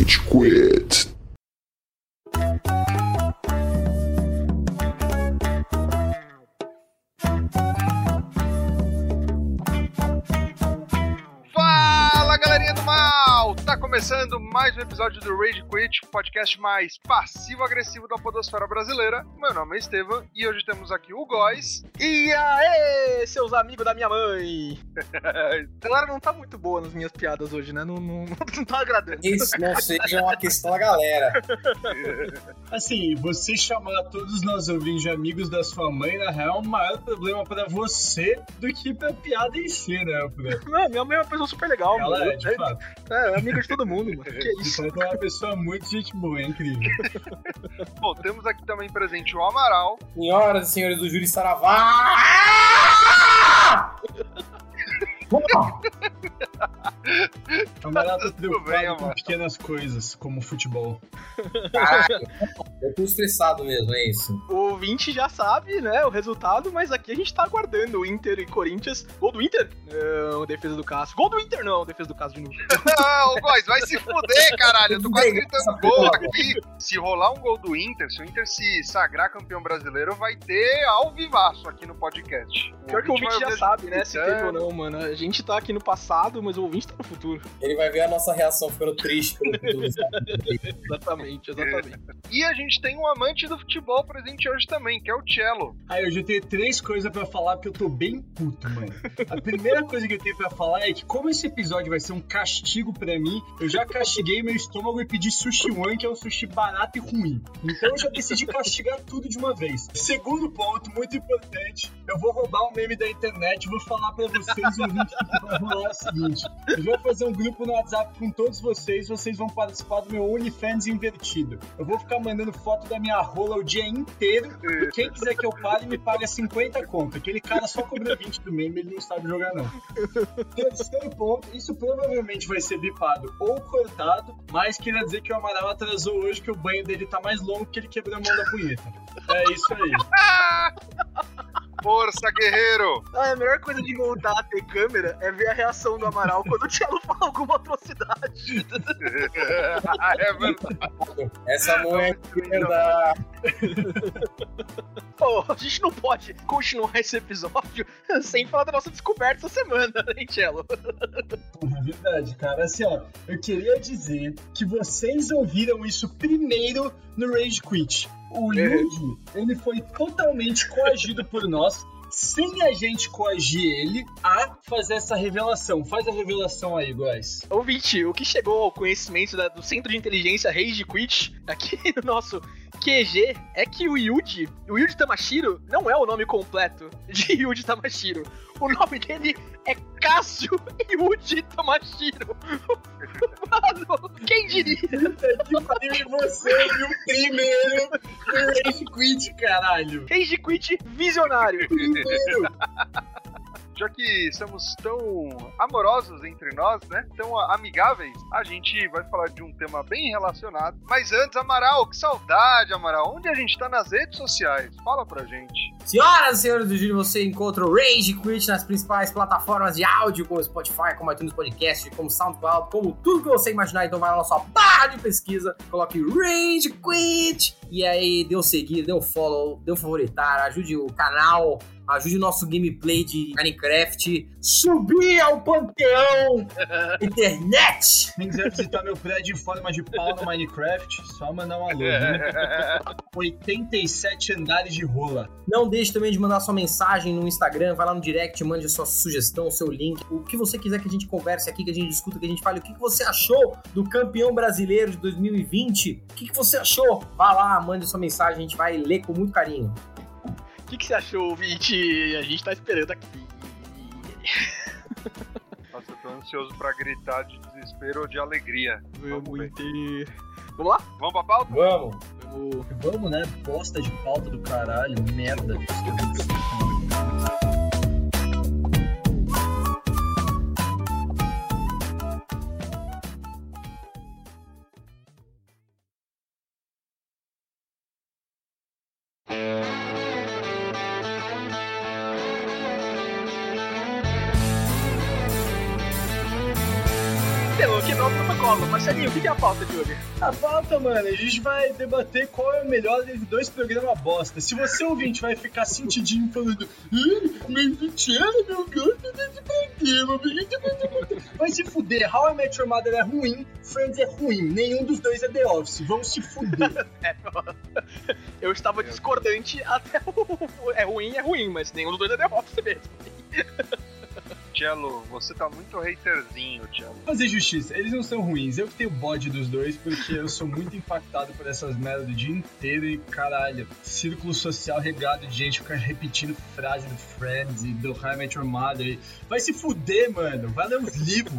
Rage Quit. Fala, galerinha do mal! Tá começando mais um episódio do Rage Quit, o podcast mais passivo-agressivo da podosfera brasileira. Meu nome é Estevam e hoje temos aqui o Góis. E aê, seus amigos da minha mãe! A galera não tá muito boa nas minhas piadas hoje, né? Não tá agradando. Isso não seja uma questão da galera. Assim, você chamar todos nós ouvintes de amigos da sua mãe, na real, é um maior problema pra você do que pra piada em si, né, Fran? Não, minha mãe é uma pessoa super legal, Ela mano. é, de fato. É amiga de todo mundo, mano. Que isso? Você é uma pessoa muito gente boa, é incrível. Bom, temos aqui também presente o Amaral. Senhoras e senhores do Júri Saravá! A Amaral tá Tudo bem, preocupado com Amaral. pequenas coisas, como futebol. Caralho, eu tô estressado mesmo, é isso. O ouvinte já sabe, né, o resultado, mas aqui a gente tá aguardando o Inter e Corinthians. Gol do Inter? Não, defesa do Cássio. Gol do Inter não, defesa do Cássio de novo. Ô, Góis, vai se fuder, caralho. Eu tô quase Essa gritando gol porra. aqui. Se rolar um gol do Inter, se o Inter se sagrar campeão brasileiro, vai ter ao vivaço aqui no podcast. Pior que o ouvinte já vai sabe, né, se teve ou gritando. não, mano. A gente tá aqui no passado, mas o ouvinte tá no futuro. Ele vai ver a nossa reação ficando triste pelo futuro. Exatamente. E a gente tem um amante do futebol presente hoje também, que é o Cello. Aí, hoje eu tenho 3 coisas pra falar porque eu tô bem puto, mano. A primeira coisa que eu tenho pra falar é que, como esse episódio vai ser um castigo pra mim, eu já castiguei meu estômago e pedi sushi one, que é um sushi barato e ruim. Então eu já decidi castigar tudo de uma vez. Segundo ponto, muito importante, eu vou roubar um meme da internet e vou falar pra vocês, ouvintes, que vai rolar o seguinte. Eu vou fazer um grupo no WhatsApp com todos vocês vão participar do meu OnlyFans invertido. Eu vou ficar mandando foto da minha rola o dia inteiro. Quem quiser que eu pare, me paga 50 conto. Aquele cara só cobra 20 do meme, ele não sabe jogar, não. Terceiro ponto, isso provavelmente vai ser bipado ou cortado, mas queria dizer que o Amaral atrasou hoje, que o banho dele tá mais longo que ele quebrou a mão da punheta. É isso aí. Força, guerreiro! A melhor coisa de voltar a ter câmera é ver a reação do Amaral quando o Thiago fala alguma atrocidade. É verdade. Essa mão é da... Pô, a gente não pode continuar esse episódio sem falar da nossa descoberta essa semana, hein, Cello? Porra, é verdade, cara. Assim, ó, eu queria dizer que vocês ouviram isso primeiro no Rage Quit. O Yuji, ele foi totalmente coagido por nós, sem a gente coagir ele a fazer essa revelação. Faz a revelação aí, guys. Ouvinte, o que chegou ao conhecimento do Centro de Inteligência Rage Quit, aqui no nosso QG, é que o Yuji Tamashiro, não é o nome completo de Yuji Tamashiro. O nome dele é Cássio Yuji Tamashiro. Mano, quem diria? Que pariu, você viu primeiro no Rage Quit, caralho. Rage Quit visionário. Primeiro. Já que estamos tão amorosos entre nós, né? Tão amigáveis, a gente vai falar de um tema bem relacionado. Mas antes, Amaral, que saudade, Amaral. Onde a gente tá nas redes sociais? Fala pra gente. Senhoras e senhores do Júri, você encontra o Rage Quit nas principais plataformas de áudio, como Spotify, como iTunes Podcast, como SoundCloud, como tudo que você imaginar. Então vai lá na sua barra de pesquisa, coloque Rage Quit, e aí dê um seguir, dê um follow, dê um favoritar, ajude o canal, ajude o nosso gameplay de Minecraft, subir ao panteão internet. Quem quiser visitar meu prédio em forma de pau no Minecraft, só mandar um alô, viu? 87 andares de rola. Não deixe também de mandar sua mensagem no Instagram, vai lá no direct, mande a sua sugestão, o seu link, o que você quiser que a gente converse aqui, que a gente discuta, que a gente fale, o que você achou do campeão brasileiro de 2020, o que você achou? Vá lá, mande sua mensagem, a gente vai ler com muito carinho. O que você achou, ouvinte? A gente tá esperando aqui. Nossa, eu tô ansioso pra gritar de desespero ou de alegria. Vamos ver. Vamos lá? Vamos pra pauta? Vamos! Vamos, né? Bosta de pauta do caralho, merda. Então, o que quebrar o protocolo. Marcelinho, o que é a pauta de hoje? A pauta, mano, a gente vai debater qual é o melhor desses dois programas bosta. Se você ouvinte vai ficar sentidinho falando mas o Tchelo não gosta desse programa, vai se fuder. How I Met Your Mother é ruim, Friends é ruim, nenhum dos dois é The Office, vão se fuder. Eu estava discordante até o... É ruim, mas nenhum dos dois é The Office mesmo. Tchelo, você tá muito haterzinho, Tchelo. Fazer justiça, eles não são ruins, eu que tenho bode dos dois, porque eu sou muito impactado por essas merdas o dia inteiro e, caralho, círculo social regado de gente ficar repetindo frase do Friends e do How I Met Your Mother. Vai se fuder, mano, vai ler os livros.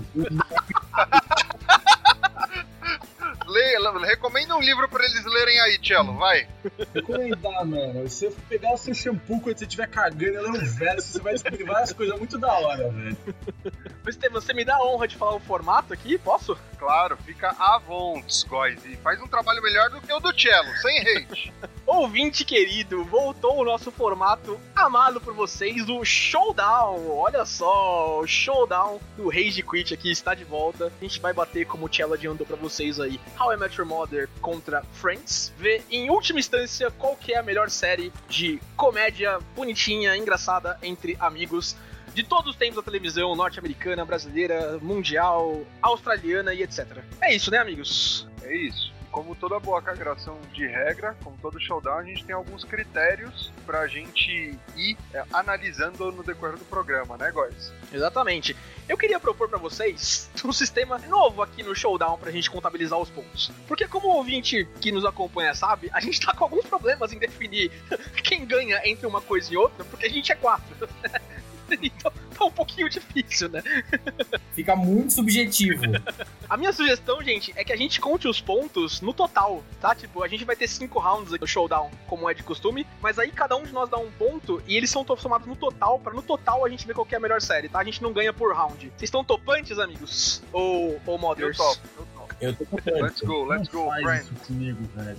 Recomenda um livro pra eles lerem aí, Tchelo, vai. Recomendar, mano. Você pegar o seu shampoo quando você estiver cagando e ler um verso, você vai descobrir várias coisas muito da hora, velho. Você me dá a honra de falar o formato aqui? Posso? Claro, fica à vontade, guys. E faz um trabalho melhor do que o do Tchelo, sem hate. Ouvinte querido, voltou o nosso formato amado por vocês, o Showdown. Olha só, o Showdown do Rage Quit aqui está de volta. A gente vai bater, como o Tchelo adiantou pra vocês aí, How I Met Your Mother contra Friends. Ver, em última instância, qual que é a melhor série de comédia bonitinha, engraçada, entre amigos de todos os tempos da televisão norte-americana, brasileira, mundial, australiana e etc. É isso, né, amigos? É isso. Como toda boa cagação de regra, como todo showdown, a gente tem alguns critérios pra gente ir analisando no decorrer do programa, né, guys? Exatamente. Eu queria propor pra vocês um sistema novo aqui no showdown pra gente contabilizar os pontos. Porque como o ouvinte que nos acompanha sabe, a gente tá com alguns problemas em definir quem ganha entre uma coisa e outra, porque a gente é 4. Então tá um pouquinho difícil, né? Fica muito subjetivo. A minha sugestão, gente, é que a gente conte os pontos no total, tá? Tipo, a gente vai ter 5 rounds aqui no showdown, como é de costume, mas aí cada um de nós dá um ponto e eles são somados no total, pra no total a gente ver qual que é a melhor série, tá? A gente não ganha por round. Vocês estão topantes, amigos? Ou modders? Eu topo. Eu tô topando. Let's go, Faz friends. isso comigo, velho.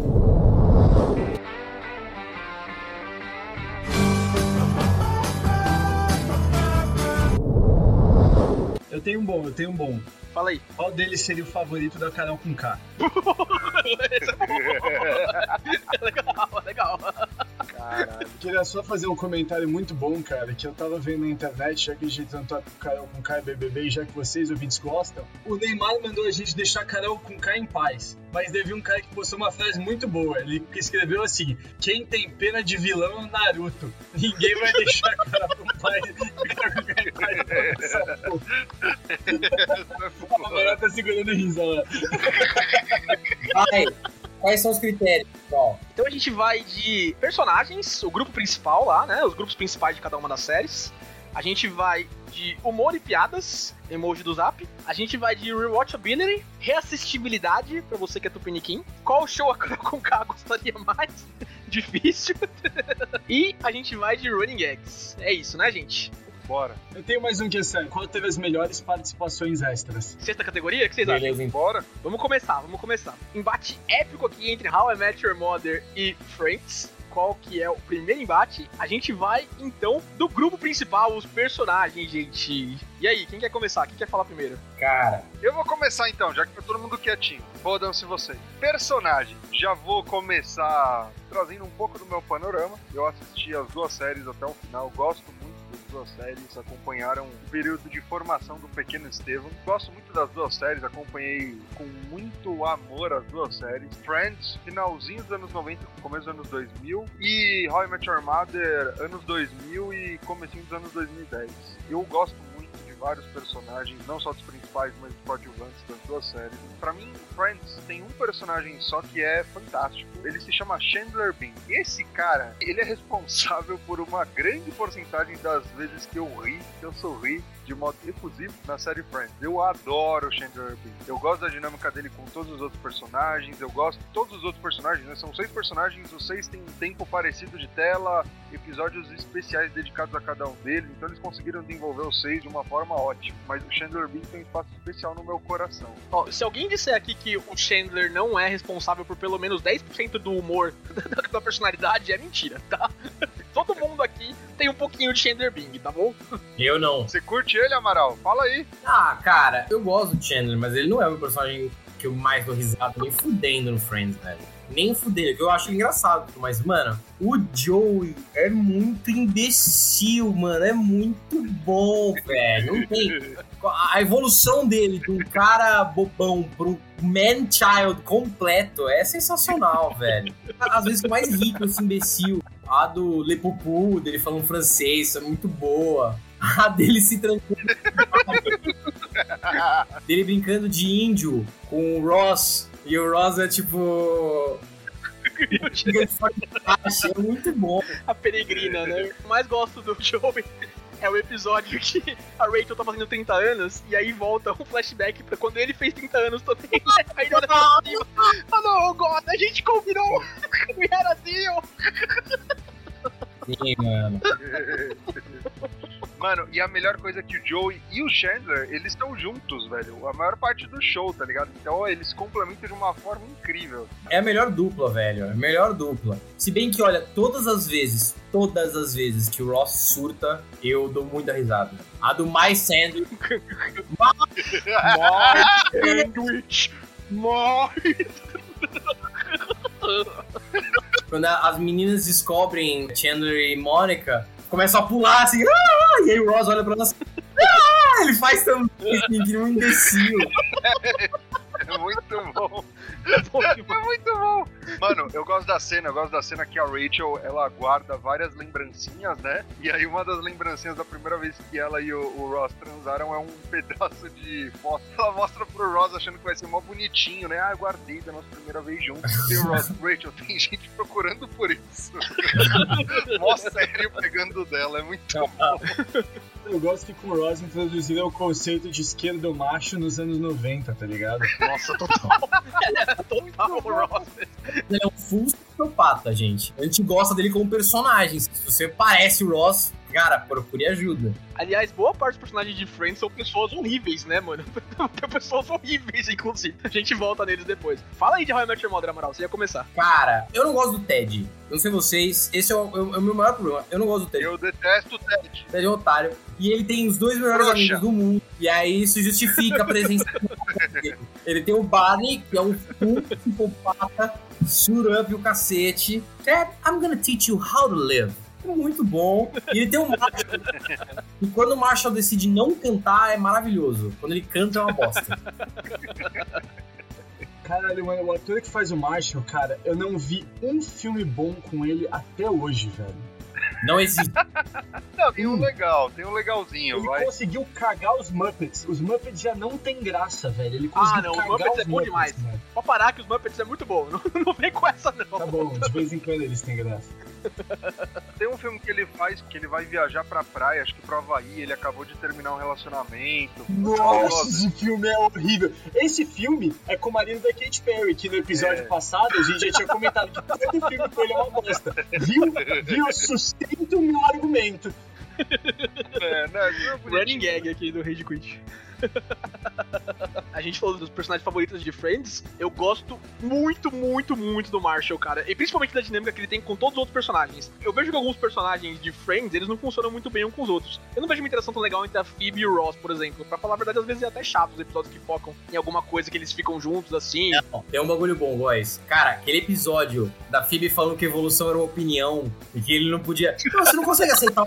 Eu tenho um bom. Fala aí. Qual deles seria o favorito da Carol com K? Legal. Caralho. Queria só fazer um comentário muito bom, cara, que eu tava vendo na internet, já que a gente tentou Carol com K e BBB, e já que vocês, ouvintes, gostam, o Neymar mandou a gente deixar Carol com K em paz. Mas teve um cara que postou uma frase muito boa. Ele escreveu assim: quem tem pena de vilão é o Naruto. Ninguém vai deixar Carol com paz. A mulher tá segurando o risada. Vai. Quais são os critérios, pessoal? Então a gente vai de personagens, o grupo principal lá, né? Os grupos principais de cada uma das séries. A gente vai de humor e piadas, emoji do Zap. A gente vai de rewatchability, reassistibilidade, pra você que é tupiniquim. Qual show a Carol com K gostaria mais? Difícil. E a gente vai de running gags. É isso, né, gente? Bora. Eu tenho mais um questão. Qual teve as melhores participações extras? Sexta categoria? O que vocês acham? Beleza, então. Bora. Vamos começar. Embate épico aqui entre How I Met Your Mother e Friends. Qual que é o primeiro embate? A gente vai, então, do grupo principal, os personagens, gente. E aí, quem quer começar? Quem quer falar primeiro? Cara, Eu vou começar então, já que tá todo mundo quietinho. Fodam-se vocês. Personagem. Já vou começar trazendo um pouco do meu panorama. Eu assisti as duas séries até o final. Gosto muito das duas séries. Acompanharam o período de formação do pequeno Estevão. Gosto muito das duas séries. Acompanhei com muito amor as duas séries. Friends, finalzinho dos anos 90, começo dos anos 2000. E How I Met Your Mother, anos 2000 e comecinho dos anos 2010. Eu gosto muito de vários personagens, não só dos principais, mas dos coadjuvantes das duas séries. Pra mim, Friends tem um personagem só que é fantástico. Ele se chama Chandler Bing. Esse cara, ele é responsável por uma grande porcentagem das vezes que eu sorri de modo efusivo na série Friends. Eu adoro o Chandler Bing. Eu gosto da dinâmica dele com todos os outros personagens. Eu gosto de todos os outros personagens, né? São 6 personagens, os 6 têm um tempo parecido de tela, episódios especiais dedicados a cada um deles. Então eles conseguiram desenvolver os 6 de uma forma ótima. Mas o Chandler Bing tem um espaço especial no meu coração. Ó, se alguém disser aqui que o Chandler não é responsável por pelo menos 10% do humor da personalidade, é mentira, tá? Todo mundo aqui Buffy tem um pouquinho de Chandler Bing, tá bom? Eu não. Você curte ele, Amaral? Fala aí. Ah, cara, eu gosto do Chandler, mas ele não é o personagem que eu mais dou risada, nem fudendo no Friends, velho. Nem fudendo, que eu acho engraçado. Mas, mano, o Joey é muito imbecil, mano. É muito bom, velho. Não tem... A evolução dele de um cara bobão pra um man-child completo é sensacional, velho. Às vezes o mais rico esse imbecil. A do Lepupu, dele falando francês, é muito boa. A dele se transformando. Dele brincando de índio com o Ross. E o Ross é tipo... é muito bom. A peregrina, né? O mais gosto do Joey é o episódio que a Rachel tá fazendo 30 anos e aí volta um flashback pra quando ele fez 30 anos também. Aí ele olha pra cima. Oh, não, God, a gente combinou. We had a deal. Sim, mano. Mano, e a melhor coisa é que o Joey e o Chandler, eles estão juntos, velho. A maior parte do show, tá ligado? Então eles complementam de uma forma incrível. É a melhor dupla, velho. É a melhor dupla. Se bem que, olha, todas as vezes que o Ross surta, eu dou muita risada. A do My Sandwich. Quando as meninas descobrem Chandler e Mônica, começam a pular assim, e aí o Ross olha pra nós, ele faz também, assim, que um imbecil. É muito bom. É muito bom. Mano, eu gosto da cena que a Rachel, ela guarda várias lembrancinhas, né? E aí uma das lembrancinhas da primeira vez que ela e o Ross transaram é um pedaço de foto. Ela mostra pro Ross achando que vai ser mó bonitinho, né? Ah, eu guardei da nossa primeira vez juntos. E o Ross, Rachel, tem gente procurando por isso. Mó sério pegando dela, é muito bom. Eu gosto que com o Ross introduziram o conceito de esquerdo macho nos anos 90, tá ligado? Nossa, total. Total o Ross. Ele é um full psicopata, gente. A gente gosta dele como personagem. Se você parece o Ross, cara, procure ajuda. Aliás, boa parte dos personagens de Friends são pessoas horríveis, né, mano? Tem pessoas horríveis, inclusive. A gente volta neles depois. Fala aí de How I Met Your Mother, Amaral, você ia começar. Cara, eu não gosto do Ted. Eu não sei vocês, esse é o meu maior problema. Eu não gosto do Ted. Eu detesto o Ted. Ted é um otário. E ele tem os dois melhores amigos do mundo. E aí isso justifica a presença dele. Ele tem o Barney, que é um full psicopata, surup e o cacete. Ted, I'm gonna teach you how to live. Muito bom. E ele tem um Marshall. E quando o Marshall decide não cantar, é maravilhoso. Quando ele canta, é uma bosta. Caralho, mano, o ator que faz o Marshall, cara, eu não vi um filme bom com ele até hoje, velho. Não existe. Não, tem um legalzinho, ele vai. conseguiu cagar os Muppets. Os Muppets já não tem graça, velho. Ele conseguiu os Muppets é bom demais. Mano. Pode parar que os Muppets é muito bom. Não vem com essa, não. Tá bom, de vez em quando eles têm graça. Tem um filme que ele faz, que ele vai viajar pra praia, acho que pro Havaí, ele acabou de terminar um relacionamento. Nossa, esse filme é horrível. Esse filme é com o marido da Katy Perry, que no episódio passado a gente já tinha comentado que todo filme com ele é uma bosta. Viu? Sustento o meu argumento. Running gag aqui do Rage Quit. A gente falou dos personagens favoritos de Friends. Eu gosto muito, muito, muito do Marshall, cara. E principalmente da dinâmica que ele tem com todos os outros personagens. Eu vejo que alguns personagens de Friends, eles não funcionam muito bem uns com os outros. Eu não vejo uma interação tão legal entre a Phoebe e o Ross, por exemplo. Pra falar a verdade, às vezes é até chato os episódios que focam em alguma coisa que eles ficam juntos, assim. Não, tem um bagulho bom, boys. Cara, aquele episódio da Phoebe falando que a evolução era uma opinião e que ele não podia... Não, você não consegue aceitar.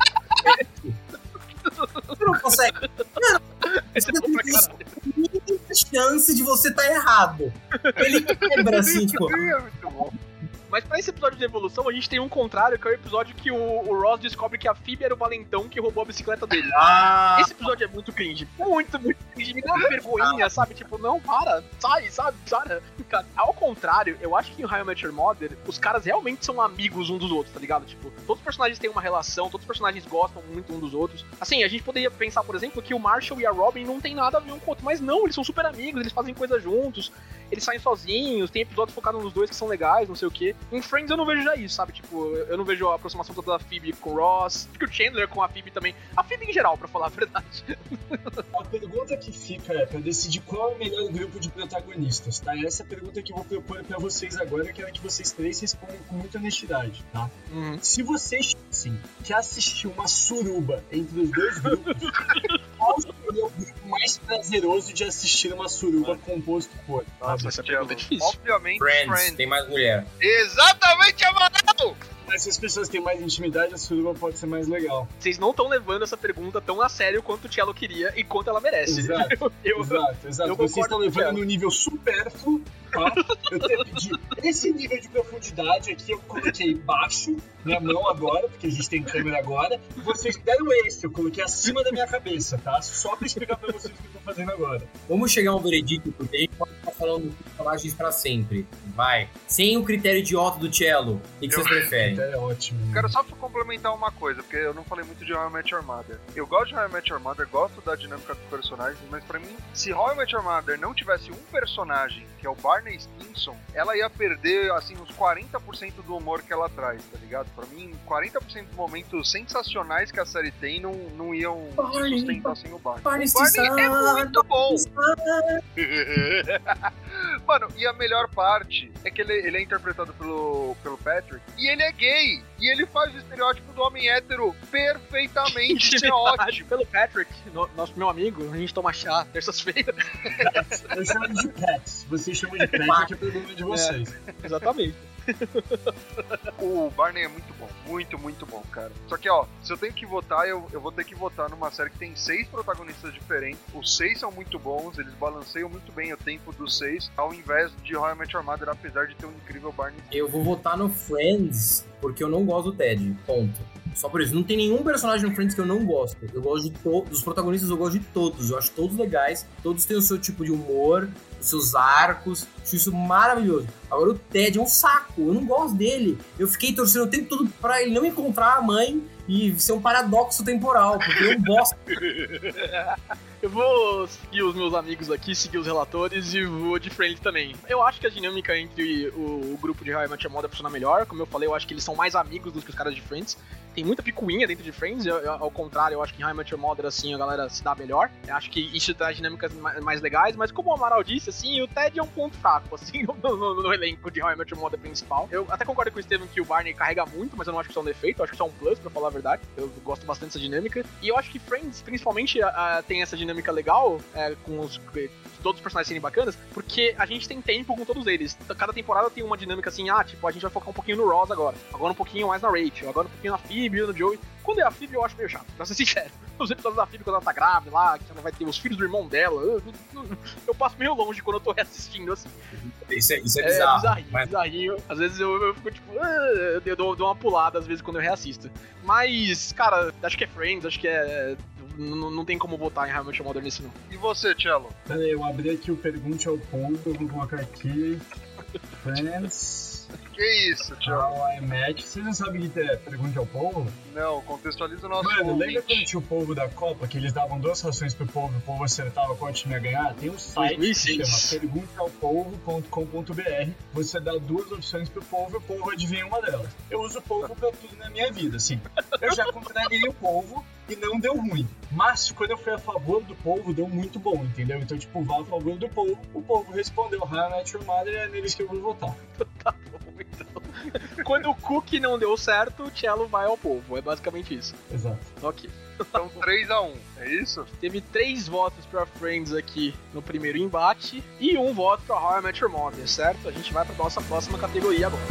Você não consegue. Você não tem chance de você estar errado. Ele quebra assim, tipo... É muito bom. Mas pra esse episódio de evolução, a gente tem um contrário, que é o episódio que o Ross descobre que a Phoebe era o valentão que roubou a bicicleta dele. Esse episódio é muito cringe. Muito, muito cringe. Me dá uma vergonhinha, sabe? Tipo, não, para. Sai, sabe? Para. Cara, ao contrário, eu acho que em How I Met Your Mother, os caras realmente são amigos um dos outros, tá ligado? Tipo, todos os personagens têm uma relação, todos os personagens gostam muito um dos outros. Assim, a gente poderia pensar, por exemplo, que o Marshall e a Robin não tem nada a ver um com o outro, mas não, eles são super amigos, eles fazem coisa juntos, eles saem sozinhos, tem episódios focados nos dois que são legais, não sei o quê. Em Friends eu não vejo já isso, sabe? Tipo, eu não vejo a aproximação toda da Phoebe com o Ross, que o Chandler com a Phoebe também. A Phoebe em geral, pra falar a verdade. A pergunta que fica é pra decidir qual é o melhor grupo de protagonistas, tá? Essa é a pergunta que eu vou propor pra vocês agora, que é que vocês três respondem com muita honestidade, tá? Se vocês assim, que assistir uma suruba entre os dois grupos, qual seria o grupo mais prazeroso de assistir uma suruba composto por? Nossa, essa pergunta é difícil. Obviamente, Friends, tem mais mulher. Exatamente, Amaral! Mas se as pessoas têm mais intimidade, a suruba pode ser mais legal. Vocês não estão levando essa pergunta tão a sério quanto o Cello queria e quanto ela merece. Exato. Eu Vocês estão levando Cello. no nível supérfluo, tá? Eu até pedi esse nível de profundidade aqui, eu coloquei baixo, minha mão agora, porque a gente tem câmera agora. E vocês deram esse, eu coloquei acima da minha cabeça, tá? Só pra explicar pra vocês o que eu tô fazendo agora. Vamos chegar a um veredicto, porque a gente pode ficar falando de personagens pra sempre. Vai. Sem o critério idiota do Cello. O que vocês preferem? É ótimo. Quero só complementar uma coisa, porque eu não falei muito de How I Met Your Mother. Eu gosto de How I Met Your Mother, gosto da dinâmica dos personagens, mas pra mim, se How I Met Your Mother não tivesse um personagem, que é o Barney Stinson, ela ia perder, assim, uns 40% do humor que ela traz, tá ligado? Pra mim, 40% dos momentos sensacionais que a série tem não iam sustentar sem o Barney. Barney O Barney é muito bom! Mano, e a melhor parte é que ele é interpretado pelo Patrick, e ele é gay, e ele faz o estereótipo do homem hétero perfeitamente, isso é ótimo. Pelo Patrick, meu amigo, a gente toma chá terças-feiras. Eu chamo de Pets. Vocês chamam de Pets, que é problema de vocês. Exatamente. O Barney é muito bom, muito, muito bom, cara. Só que, ó, se eu tenho que votar, eu vou ter que votar numa série que tem 6 protagonistas diferentes. Os 6 são muito bons, eles balanceiam muito bem o tempo dos 6, ao invés de How I Met Your Mother, apesar de ter um incrível Barney. Eu vou votar no Friends, porque eu não gosto do Ted. Ponto. Só por isso. Não tem nenhum personagem no Friends que eu não gosto. Eu gosto de todos. Dos protagonistas eu gosto de todos. Eu acho todos legais. Todos têm o seu tipo de humor, os seus arcos. Acho isso maravilhoso. Agora o Ted é um saco. Eu não gosto dele. Eu fiquei torcendo o tempo todo pra ele não encontrar a mãe e ser um paradoxo temporal, porque eu gosto. Eu vou seguir os meus amigos aqui, seguir os relatores e vou de Friends também. Eu acho que a dinâmica entre o grupo de How I Met Your Mother funciona melhor. Como eu falei, eu acho que eles são mais amigos do que os caras de Friends. Tem muita picuinha dentro de Friends, ao contrário, eu acho que em How I Met Your Mother, assim, a galera se dá melhor. Eu acho que isso traz dinâmicas mais legais, mas como o Amaral disse, assim, o Ted é um ponto fraco, assim, no elenco de How I Met Your Mother principal. Eu até concordo com o Steven que o Barney carrega muito, mas eu não acho que isso é um defeito, eu acho que isso é um plus, pra falar a verdade. Eu gosto bastante dessa dinâmica. E eu acho que Friends, principalmente, tem essa dinâmica legal, com todos os personagens serem bacanas, porque a gente tem tempo com todos eles. Cada temporada tem uma dinâmica assim, tipo, a gente vai focar um pouquinho no Ross agora um pouquinho mais na Rachel, agora um pouquinho na Phoebe, no Joey. Quando é a Phoebe, eu acho meio chato, pra ser sincero. Os episódios da Phoebe, quando ela tá grávida lá, que ela vai ter os filhos do irmão dela, eu passo meio longe quando eu tô reassistindo, assim. Isso é bizarro. Bizarrinho. Às vezes eu fico tipo, eu dou uma pulada, às vezes, quando eu reassisto. Mas, cara, acho que é Friends, acho que não tem como votar em How I Met Your Mother nesse não. E você, Cello? Pera aí, eu abri aqui o Pergunte ao Povo, eu vou colocar aqui. Friends. Que isso, Cello? How I Met. Vocês não sabem o que é Pergunte ao Povo? Não, contextualiza o nosso Mano, ouvinte. lembra quando tinha o povo da Copa, que eles davam 2 rações pro povo e o povo acertava qual time ia ganhar? Tem um site que se chama perguntaopovo.com.br. Você dá 2 opções pro povo e o povo adivinha uma delas. Eu uso o povo pra tudo na minha vida, assim. Eu já contrariei o povo e não deu ruim. Mas quando eu fui a favor do povo, deu muito bom, entendeu? Então, tipo, vá a favor do povo, o povo respondeu How I Met Your Mother e é neles que eu vou votar. Tá bom, então. Quando o cookie não deu certo, o Cello vai ao povo. É basicamente isso. Exato. Ok. Então 3-1, é isso? Teve 3 votos pra Friends aqui no primeiro embate e 1 voto pra How I Met Your Mother, certo? A gente vai pra nossa próxima categoria agora.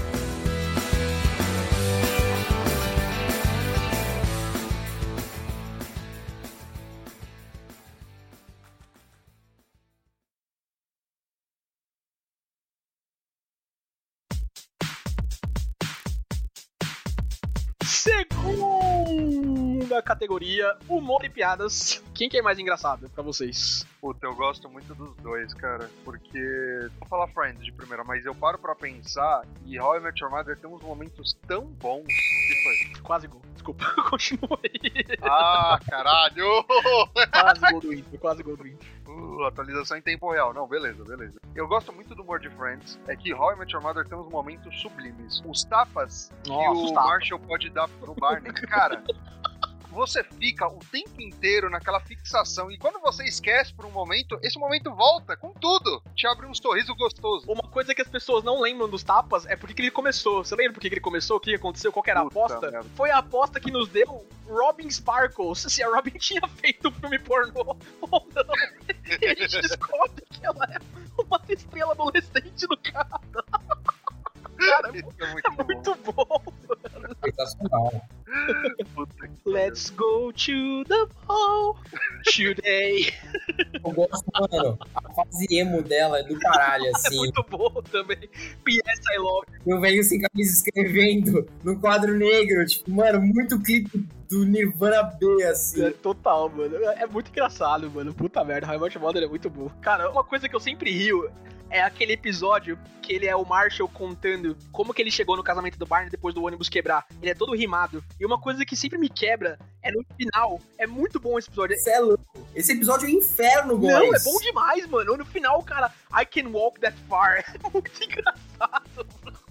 Segunda categoria, humor e piadas. Quem que é mais engraçado pra vocês? Puta, eu gosto muito dos dois, cara, porque... Vou falar Friends de primeira, mas eu paro pra pensar e How I Met Your Mother tem uns momentos tão bons. Que foi? Quase gol. Desculpa, continua aí. Ah, caralho! Quase gol do Inter, quase gol do Inter. Atualização em tempo real. Não, beleza. Eu gosto muito do humor de Friends. É que How I Met Your Mother tem uns momentos sublimes. Os tapas que o Marshall pode dar no Barney. Cara, você fica o tempo inteiro naquela fixação. E quando você esquece por um momento, esse momento volta com tudo. Te abre um sorriso gostoso. Uma coisa que as pessoas não lembram dos tapas é porque ele começou. Você lembra por que ele começou? O que aconteceu? Qual que era a aposta? Merda. Foi a aposta que nos deu Robin Sparkles. Se a Robin tinha feito um filme pornô ou não. E a gente descobre que ela é uma estrela adolescente do cara. Cara, é muito bom. Sensacional. Puta que Let's go to the mall today. Eu gosto, mano. A fase emo dela é do caralho, É assim. muito bom também. P.S. I love you. Eu venho sem camisa escrevendo no quadro negro. Tipo, mano, muito clipe do Nirvana B, assim. É total, mano. É muito engraçado, mano. Puta merda, How I Met Your Mother é muito bom. Cara, uma coisa que eu sempre rio é aquele episódio que ele é o Marshall contando como que ele chegou no casamento do Barney depois do ônibus quebrar. Ele é todo rimado. E uma coisa que sempre me quebra é no final. É muito bom esse episódio. Você é louco. Esse episódio é um inferno, boys. Não, é bom demais, mano. No final, cara, I can walk that far. É muito engraçado.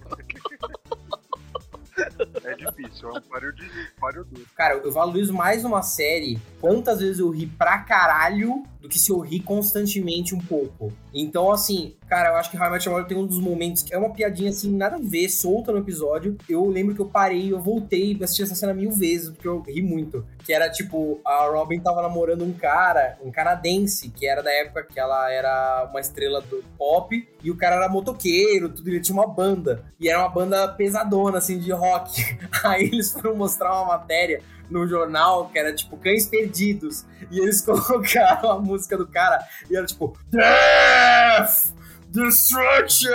É difícil, é um páreo duro. Cara, eu valorizo mais uma série quantas vezes eu ri pra caralho do que se eu ri constantemente um pouco. Então, assim, cara, eu acho que How I Met Your Mother tem um dos momentos que é uma piadinha, assim, nada a ver, solta no episódio. Eu lembro que eu parei, eu voltei e assisti essa cena 1000 vezes, porque eu ri muito. Que era, tipo, a Robin tava namorando um cara, um canadense, que era da época que ela era uma estrela do pop, e o cara era motoqueiro, tudo, ele tinha uma banda. E era uma banda pesadona, assim, de rock. Aí eles foram mostrar uma matéria no jornal que era tipo Cães Perdidos, e eles colocaram a música do cara e era tipo Death! Destruction!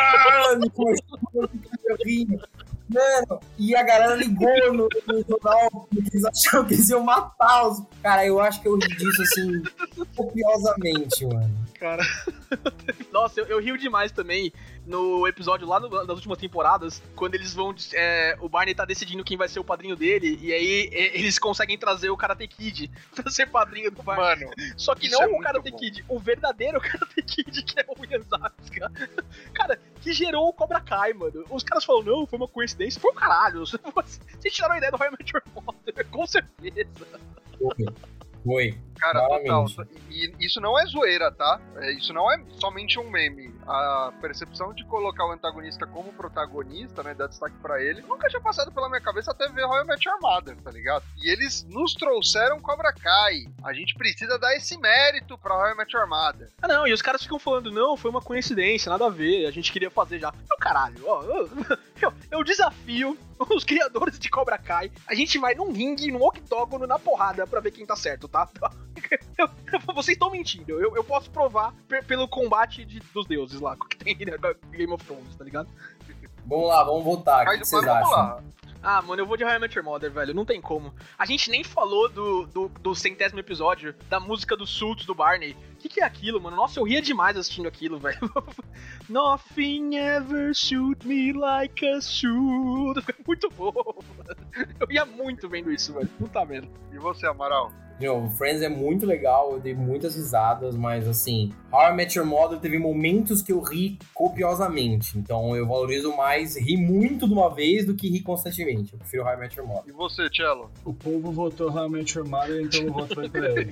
Mano, e a galera ligou no jornal porque eles acharam que eles iam matar os... Cara, eu acho que eu ri disso assim copiosamente, mano. Cara, nossa, eu rio demais também no episódio lá das últimas temporadas, quando eles vão, o Barney tá decidindo quem vai ser o padrinho dele, e aí eles conseguem trazer o Karate Kid pra ser padrinho do Barney. Mano, só que não o Karate Kid, o verdadeiro Karate Kid, que é o William Zabka. Cara, que gerou o Cobra Kai, mano. Os caras falam, não, foi uma coincidência. Foi um caralho. Vocês tiraram a ideia do How I Met Your Mother, com certeza. Foi. Cara, total. E isso não é zoeira, tá? Isso não é somente um meme. A percepção de colocar o antagonista como protagonista, né, dar destaque pra ele, nunca tinha passado pela minha cabeça até ver How I Met Your Mother, tá ligado? E eles nos trouxeram Cobra Kai. A gente precisa dar esse mérito pra How I Met Your Mother. Ah, não, e os caras ficam falando, não, foi uma coincidência, nada a ver, a gente queria fazer já. Meu caralho, ó, eu desafio os criadores de Cobra Kai, a gente vai num ringue, num octógono, na porrada, pra ver quem tá certo, tá? Vocês estão mentindo, eu posso provar pelo combate dos deuses lá, que tem Game of Thrones, tá ligado? Vamos lá, vamos votar, o que vocês acham? Lá. Ah, mano, eu vou de How I Met Your Mother, velho, não tem como. A gente nem falou do 100º episódio, da música do Suits do Barney. O que é aquilo, mano? Nossa, eu ria demais assistindo aquilo, velho. Nothing ever shoot me like a shoot. Muito bom, mano. Eu ria muito vendo isso, velho. Puta merda. E você, Amaral? De novo, Friends é muito legal, eu dei muitas risadas, mas assim, How I Met Your Mother teve momentos que eu ri copiosamente, então eu valorizo mais rir muito de uma vez do que rir constantemente. Eu prefiro How I Met Your Mother. E você, Cello? O povo votou How I Met Your Mother, então eu voto pra ele.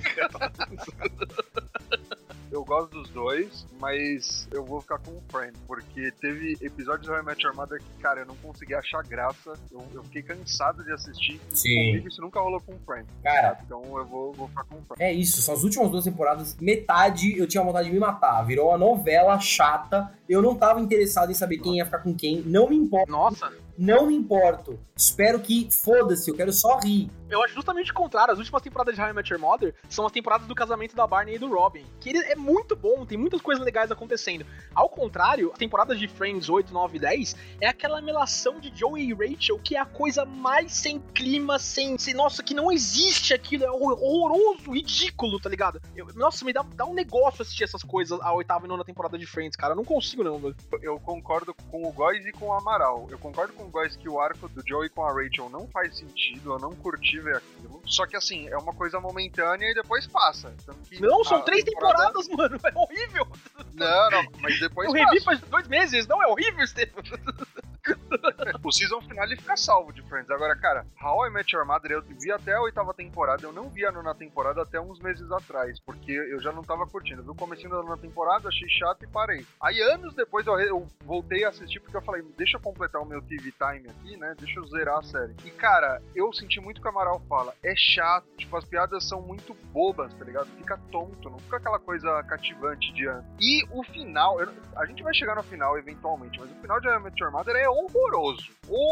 Eu gosto dos dois, mas eu vou ficar com o Friends, porque teve episódios de How I Met Your Mother que, cara, eu não consegui achar graça, eu fiquei cansado de assistir. Sim. Comigo isso nunca rolou com o Friends. Cara, então eu vou ficar com o Friends. é isso, são as últimas 2 temporadas, metade eu tinha vontade de me matar, virou uma novela chata, eu não tava interessado em saber quem ia ficar com quem, não me importa. Nossa. Não me importo. Espero que foda-se, eu quero só rir. Eu acho justamente o contrário. As últimas temporadas de How I Met Your Mother são as temporadas do casamento da Barney e do Robin. Que ele é muito bom, tem muitas coisas legais acontecendo. Ao contrário, as temporadas de Friends 8, 9 e 10 é aquela melação de Joey e Rachel que é a coisa mais sem clima, sem nossa, que não existe aquilo. É horroroso, ridículo, tá ligado? Nossa, me dá um negócio assistir essas coisas a 8ª e 9ª temporada de Friends, cara. Eu não consigo não, velho. Eu concordo com o Góis e com o Amaral. Eu concordo com o Góis que o arco do Joey com a Rachel não faz sentido, eu não curti ver aquilo. Só que assim, é uma coisa momentânea e depois passa. Que não, são 3 temporadas, mano. É horrível. Não, mas depois eu revi faz 2 meses. Não, é horrível, Stefan. O season finale fica salvo de Friends. Agora, cara, How I Met Your Mother, eu vi até a 8ª temporada, eu não vi a 9ª temporada até uns meses atrás, porque eu já não tava curtindo. Eu vi o comecinho da 9ª temporada, achei chato e parei. Aí, anos depois, eu voltei a assistir, porque eu falei, deixa eu completar o meu TV Time aqui, né? Deixa eu zerar a série. E, cara, eu senti muito o que o Amaral fala. É chato, tipo, as piadas são muito bobas, tá ligado? Fica tonto, não fica aquela coisa cativante de antes. E o final, a gente vai chegar no final eventualmente, mas o final de How I Met Your Mother é horroroso.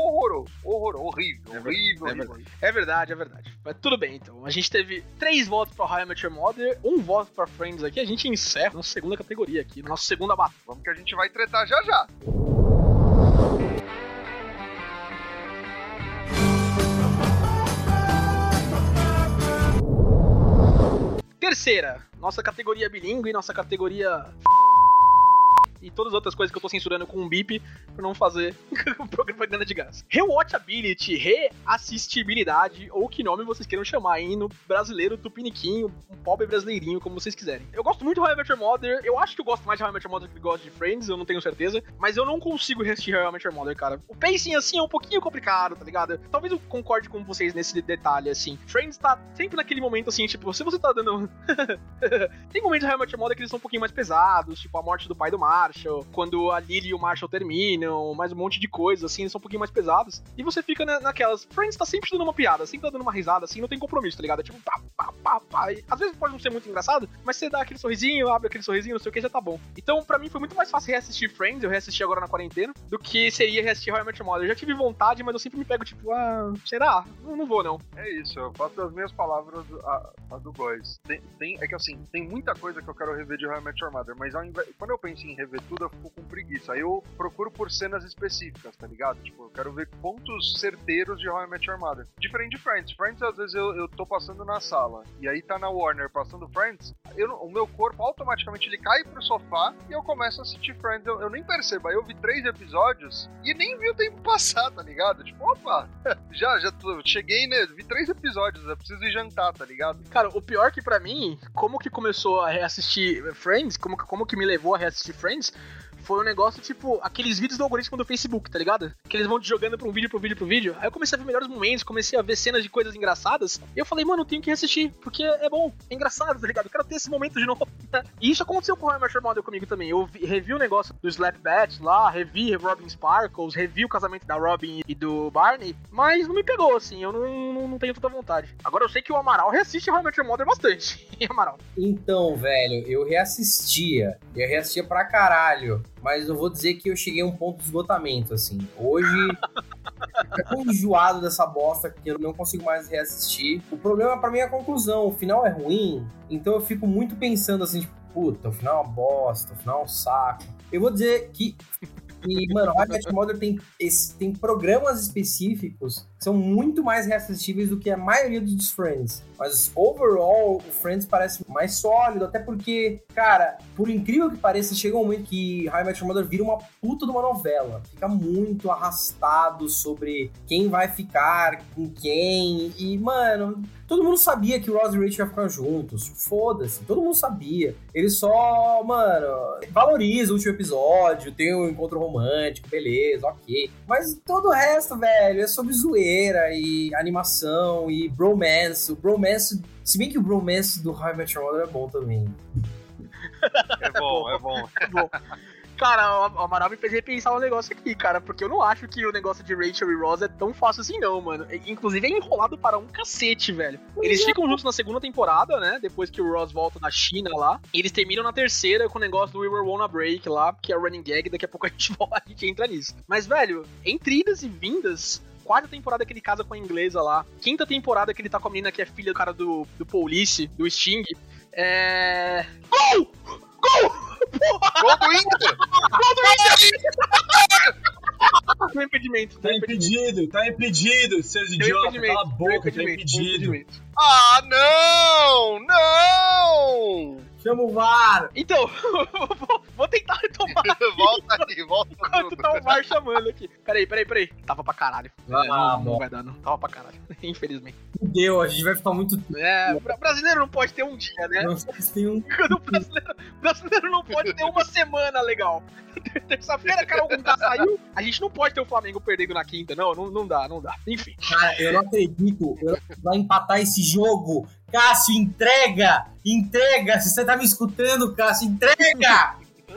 Horrível. É verdade. Mas tudo bem, então. A gente teve 3 votos pra How I Met Your Mother, 1 voto pra Friends aqui. A gente encerra nossa segunda categoria aqui, nossa segunda batalha. Vamos que a gente vai tretar já. Terceira, nossa categoria bilíngue, nossa categoria... e todas as outras coisas que eu tô censurando com um bip pra não fazer propaganda de graça. Rewatchability, reassistibilidade, ou que nome vocês queiram chamar aí no brasileiro tupiniquinho, um pobre brasileirinho, como vocês quiserem. Eu gosto muito de How I Met Your Mother, eu acho que eu gosto mais de How I Met Your Mother do que gosto de Friends, eu não tenho certeza, mas eu não consigo reassistir How I Met Your Mother, cara. O pacing, assim, é um pouquinho complicado, tá ligado? Talvez eu concorde com vocês nesse detalhe, assim. Friends tá sempre naquele momento, assim, tipo, se você tá dando... Tem momentos de How I Met Your Mother que eles são um pouquinho mais pesados, tipo a morte do pai do Marshall, quando a Lily e o Marshall terminam, mais um monte de coisa, assim, eles são um pouquinho mais pesados. E você fica naquelas... Friends tá sempre dando uma piada, sempre tá dando uma risada, assim, não tem compromisso, tá ligado? É tipo, pá. E, às vezes pode não ser muito engraçado, mas você dá aquele sorrisinho, abre aquele sorrisinho, não sei o que, já tá bom. Então, pra mim, foi muito mais fácil reassistir Friends, eu reassisti agora na quarentena, do que seria reassistir How I Met Your Mother. Eu já tive vontade, mas eu sempre me pego, tipo, será? Não vou, não. É isso, eu faço das minhas palavras a do Boys. É que, assim, tem muita coisa que eu quero rever de How I Met Your Mother, mas quando eu penso em rever tudo, eu fico com preguiça. Aí eu procuro por cenas específicas, tá ligado? Tipo, eu quero ver pontos certeiros de How I Met Your Mother. Diferente de Friends. Friends, às vezes, eu tô passando na sala, e aí tá na Warner passando Friends, o meu corpo automaticamente ele cai pro sofá e eu começo a assistir Friends. Eu nem percebo. Aí eu vi 3 episódios e nem vi o tempo passar, tá ligado? Tipo, opa, já cheguei, né? Vi 3 episódios, eu preciso ir jantar, tá ligado? Cara, o pior que pra mim, como que começou a reassistir Friends, como que me levou a reassistir Friends, foi um negócio tipo aqueles vídeos do algoritmo do Facebook, tá ligado? Que eles vão te jogando pra um vídeo, pro vídeo. Aí eu comecei a ver melhores momentos, comecei a ver cenas de coisas engraçadas. E eu falei, mano, eu tenho que reassistir, porque é bom, é engraçado, tá ligado? Eu quero ter esse momento de novo. E isso aconteceu com o How I Met Your Mother comigo também. Eu revi o negócio do Slap Bat lá, revi Robin Sparkles, revi o casamento da Robin e do Barney, mas não me pegou, assim, eu não tenho tanta vontade. Agora eu sei que o Amaral reassiste How I Met Your Mother bastante. E Amaral? Então, velho, eu reassistia pra caralho. Mas eu vou dizer que eu cheguei a um ponto de esgotamento, assim. Hoje, eu tô enjoado dessa bosta que eu não consigo mais reassistir. O problema pra mim é a conclusão. O final é ruim, então eu fico muito pensando assim, tipo, puta, o final é uma bosta, o final é um saco. Eu vou dizer que... mano, How I Met Your Mother tem programas específicos que são muito mais reassistíveis do que a maioria dos Friends. Mas, overall, o Friends parece mais sólido, até porque, cara, por incrível que pareça, chega um momento que How I Met Your Mother vira uma puta de uma novela. Fica muito arrastado sobre quem vai ficar com quem. E, mano, todo mundo sabia que o Ross e o Rachel iam ficar juntos. Foda-se, todo mundo sabia. Eles só, mano, valorizam o último episódio, tem um encontro romântico, beleza, ok. Mas todo o resto, velho, é sobre zoeira e animação e bromance. O bromance, se bem que o bromance do How I Met Your Mother é bom também. É bom. Cara, o Amaral me fez repensar um negócio aqui, cara, porque eu não acho que o negócio de Rachel e Ross é tão fácil assim, não, mano. Inclusive, é enrolado para um cacete, velho. Eles ficam juntos na segunda temporada, né, depois que o Ross volta da China lá, e eles terminam na terceira com o negócio do We Were Wanna Break lá, que é running gag, daqui a pouco a gente entra nisso. Mas, velho, entre idas e vindas... 4ª temporada que ele casa com a inglesa lá, 5ª temporada que ele tá com a menina que é filha do cara do Police, do Sting. Gol! Porra! Gol do Inter! Tem impedimento. Tá impedido, seus idiotas. Cala a boca, tá impedido. Ah, não! Chama o VAR! Então, vou tentar retomar. Volta E volta Enquanto tudo. tá o VAR chamando aqui. Peraí. Tava pra caralho. Não bom. vai dar, não. Tava pra caralho. Infelizmente. Fudeu, a gente vai ficar muito... Brasileiro não pode ter um dia, né? Não sei se tem um... Quando o brasileiro não pode ter uma semana legal. Terça-feira, Carol Conká saiu, a gente não pode ter o Flamengo perdendo na quinta. Não dá. Enfim. Cara, eu não acredito. Vai empatar esse jogo. Cássio, entrega! Entrega! Se você tá me escutando, Cássio, entrega!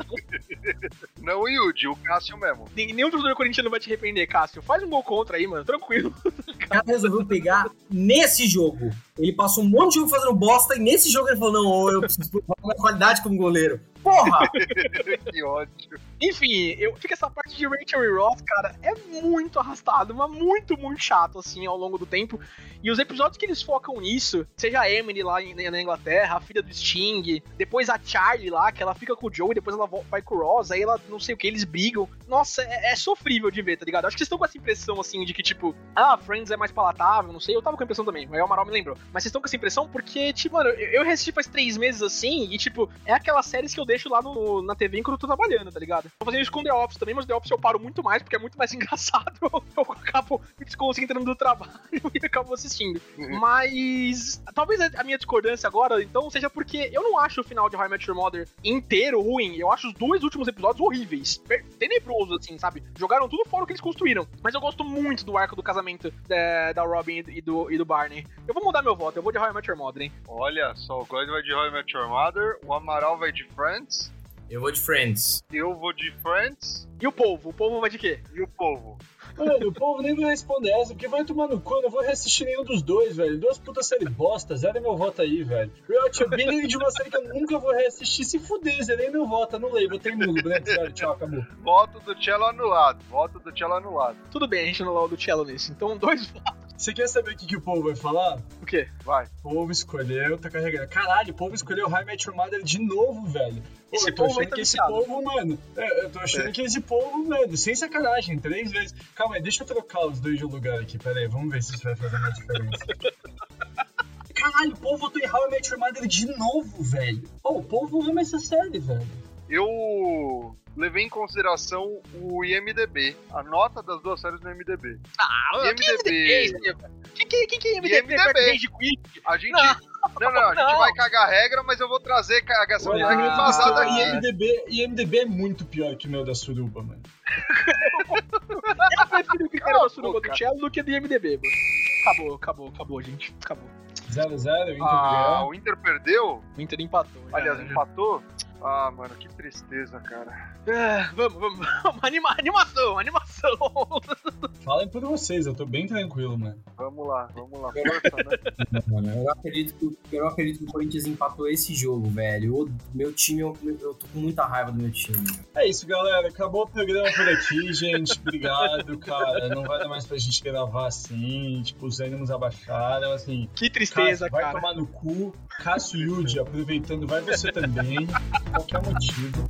Não o Yudi, o Cássio mesmo. Nenhum torcedor corintiano vai te arrepender, Cássio. Faz um gol contra aí, mano. Tranquilo. O cara resolveu pegar nesse jogo. Ele passou um monte de jogo fazendo bosta e nesse jogo ele falou, não, eu preciso provar minha qualidade como goleiro. Porra! Que ódio. Enfim, fica essa parte de Rachel e Ross, cara, é muito arrastado, mas muito chato, assim, ao longo do tempo. E os episódios que eles focam nisso, seja a Emily lá na Inglaterra, a filha do Sting, depois a Charlie lá, que ela fica com o Joe e depois ela vai com o Ross, aí ela, não sei o que, eles brigam. Nossa, é sofrível de ver, tá ligado? Acho que vocês estão com essa impressão, assim, de que, tipo, Friends é mais palatável, não sei, eu tava com a impressão também, mas o Amaral me lembrou. Mas vocês estão com essa impressão porque, tipo, mano, eu reassisti faz 3 meses, assim, e, tipo, é aquelas séries que eu deixo lá na TV enquanto eu tô trabalhando, tá ligado? Tô fazendo isso com The Office também, mas The Office eu paro muito mais, porque é muito mais engraçado. Eu acabo me desconcentrando do trabalho e acabo assistindo. Mas talvez a minha discordância agora, então, seja porque eu não acho o final de How I Met Your Mother inteiro ruim. Eu acho os 2 últimos episódios horríveis. Tenebrosos, assim, sabe? Jogaram tudo fora o que eles construíram. Mas eu gosto muito do arco do casamento da Robin e do Barney. Eu vou mudar meu voto, eu vou de How I Met Your Mother, hein? Olha só, o Góis vai de How I Met Your Mother, o Amaral vai de Friends, Eu vou de Friends. eu vou de Friends E o povo? O povo vai de quê? e o povo. Mano, o povo nem vai responder essa, porque vai tomar no cu, eu não vou reassistir nenhum dos dois, velho. 2 putas série bosta, zero meu voto aí, velho. Eu bem de uma série que eu nunca vou reassistir, se fuder, zerei meu voto, anulei, botei nulo, branco, sério, tchau, acabou. Voto do Cello anulado. Tudo bem, a gente anulou o do Cello nesse. Então, 2 votos. Você quer saber o que o povo vai falar? O quê? Vai. O povo escolheu, tá carregando. Caralho, o povo escolheu How I Met Your Mother de novo, velho. Pô, Esse eu tô povo aí achando tá que esse viciado. povo, mano. Eu tô achando que esse povo, mano, sem sacanagem, 3 vezes. Calma aí, deixa eu trocar os dois de lugar aqui, pera aí, vamos ver se isso vai fazer uma diferença. Caralho, o povo votou em How I Met Your Mother de novo, velho. O povo ama essa série, velho. Eu levei em consideração o IMDB, a nota das 2 séries no IMDB. IMDB. Quem que é IMDB? IMDB. Desde Quick? A gente... Não, a gente vai cagar a regra, mas eu vou trazer cagação de regra embasada aqui. IMDB é muito pior que o meu da Suruba, mano. Eu prefiro o critério da suruba do Cello do que do IMDB, mano. Acabou, gente. Acabou. 0-0, o Inter ganhou. O Inter perdeu? O Inter empatou. Aliás, empatou? Ah, mano, que tristeza, cara. Vamos. Animação. Falem por vocês, eu tô bem tranquilo, mano. Vamos lá. Força, né? Mano, eu não acredito que o Corinthians empatou esse jogo, velho. Meu time, eu tô com muita raiva do meu time. É isso, galera. Acabou o programa por aqui, gente. Obrigado, cara. Não vai dar mais pra gente gravar assim. Tipo, os ânimos abaixaram, assim. Que tristeza, Cássio, vai cara. tomar no cu. Cássio Yudi, aproveitando, vai você também. Qualquer motivo.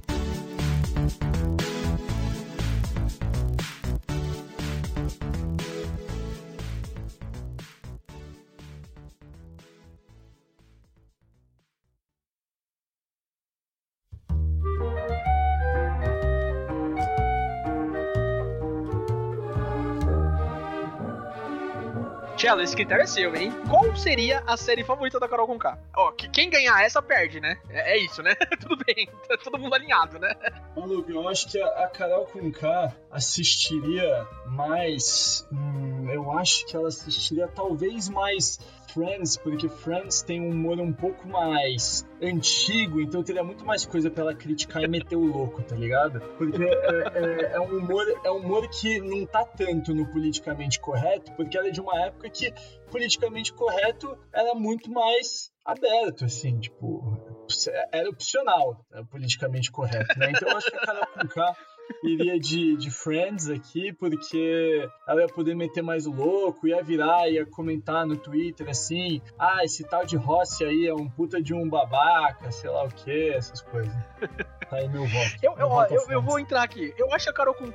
Cello, esse critério é seu, hein? Qual seria a série favorita da Carol Conká? Ó, quem ganhar essa perde, né? É isso, né? Tudo bem, tá todo mundo alinhado, né? Maluco, eu acho que a Carol Conká assistiria mais... eu acho que ela assistiria talvez mais Friends, porque Friends tem um humor um pouco mais antigo, então teria muito mais coisa pra ela criticar e meter o louco, tá ligado? Porque é um humor que não tá tanto no politicamente correto, porque ela é de uma época que politicamente correto era muito mais aberto, assim, tipo, era opcional, politicamente correto, né? Então eu acho que a Carol Conká iria de Friends aqui, porque ela ia poder meter mais o louco, ia virar, ia comentar no Twitter assim, esse tal de Rossi aí é um puta de um babaca, sei lá o que, essas coisas. Tá aí meu voto. Eu vou entrar aqui. Eu acho a Carol Conká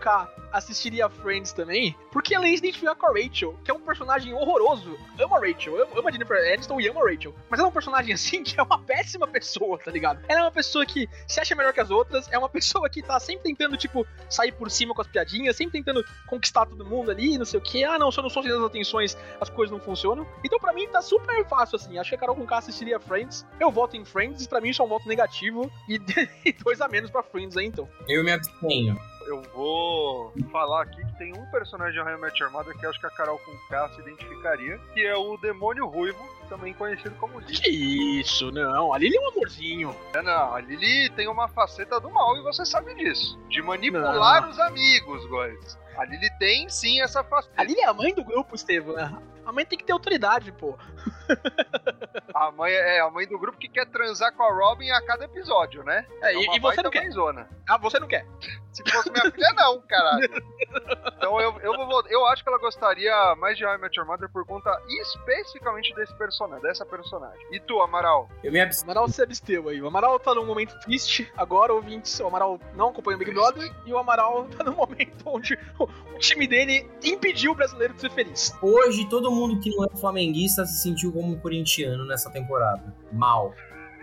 assistiria Friends também, porque ela ia se identificar com a Rachel, que é um personagem horroroso. Amo a Rachel, eu amo a Jennifer Aniston e amo a Rachel. Mas ela é um personagem assim que é uma péssima pessoa, tá ligado? Ela é uma pessoa que se acha melhor que as outras, é uma pessoa que tá sempre tentando, tipo, sair por cima com as piadinhas, sempre tentando conquistar todo mundo ali, não sei o que. Ah, não, se eu não sou das atenções, as coisas não funcionam. Então, pra mim, tá super fácil, assim. Acho que a Carol Conká assistiria Friends. Eu voto em Friends, pra mim isso é um voto negativo. E 2 a menos pra Friends aí, então. Eu me abstenho. Eu vou falar aqui que tem um personagem de How I Met Your Mother que eu acho que a Carol Conká se identificaria, que é o Demônio Ruivo, também conhecido como Lily. Que isso, não. A Lily é um amorzinho. Não, a Lily tem uma faceta do mal e você sabe disso. De manipular os amigos, guys. A Lily tem sim essa faceta. A Lily é a mãe do grupo, Estevam. A mãe tem que ter autoridade, pô. A mãe é a mãe do grupo que quer transar com a Robin a cada episódio, né? E você não quer? Mãezona. Ah, você não quer? Se fosse minha filha, não, caralho. Então eu acho que ela gostaria mais de How I Met Your Mother por conta especificamente dessa personagem. E tu, Amaral? Eu me O abstenho. Amaral se absteu aí. O Amaral tá num momento triste agora, ouvintes. O Amaral não acompanha o Big Brother. E o Amaral tá num momento onde o time dele impediu o brasileiro de ser feliz. Hoje, todo mundo que não é flamenguista se sentiu como um corintiano nessa temporada. Mal.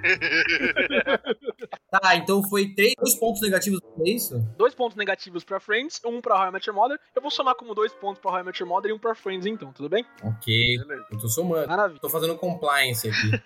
Tá, então foi 2 pontos negativos, é isso? 2 pontos negativos pra Friends, 1 pra How I Met Your Mother. Eu vou somar como 2 pontos pra How I Met Your Mother e 1 pra Friends, então, tudo bem? Ok, Beleza. eu tô somando. Maravilha. Tô fazendo compliance aqui.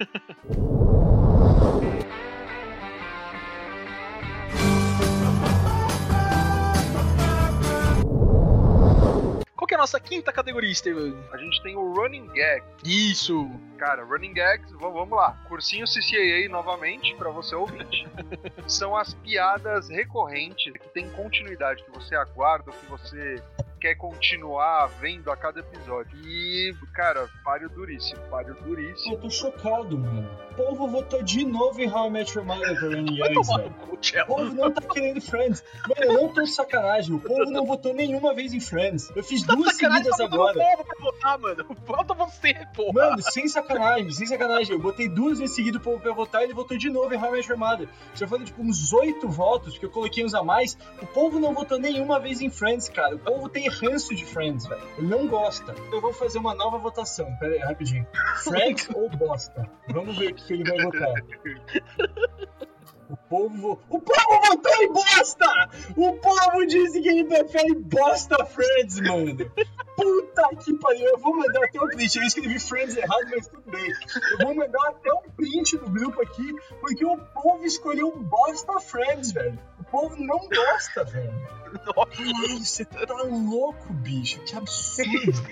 Qual que é a nossa quinta categoria, Steven? A gente tem o Running Gag. Isso! Cara, Running Gags, vamos lá. Cursinho CCAA novamente, pra você ouvinte. São as piadas recorrentes, que tem continuidade, que você aguarda, que você quer continuar vendo a cada episódio. E, cara, páreo duríssimo. Eu tô chocado, mano. O povo votou de novo em How I Met Your Mother pra Running Vai Gags, tomar velho. no cu, O Tchelo. povo não tá querendo Friends. Mano, eu não tô de sacanagem. O povo não votou nenhuma vez em Friends. Eu fiz 2 seguidas tá agora. botando o povo pra votar, mano. Vota você, porra. Mano, sem sacanagem. Eu botei 2 vezes seguido o povo pra votar e ele votou de novo em How I Met Your Mother. Já foram tipo uns 8 votos, porque eu coloquei uns a mais. O povo não votou nenhuma vez em Friends, cara. O povo tem ranço de Friends, velho. Ele não gosta. Eu vou fazer uma nova votação. Pera aí, rapidinho. Friends ou bosta? Vamos ver o que ele vai votar. O povo votou em bosta! O povo disse que ele prefere bosta Friends, mano. Puta que pariu. Eu vou mandar até o print. Eu escrevi Friends errado, mas tudo bem. Eu vou mandar até um print no grupo aqui, porque o povo escolheu bosta Friends, velho. O povo não gosta, velho. Ai, você tá louco, bicho. Que absurdo.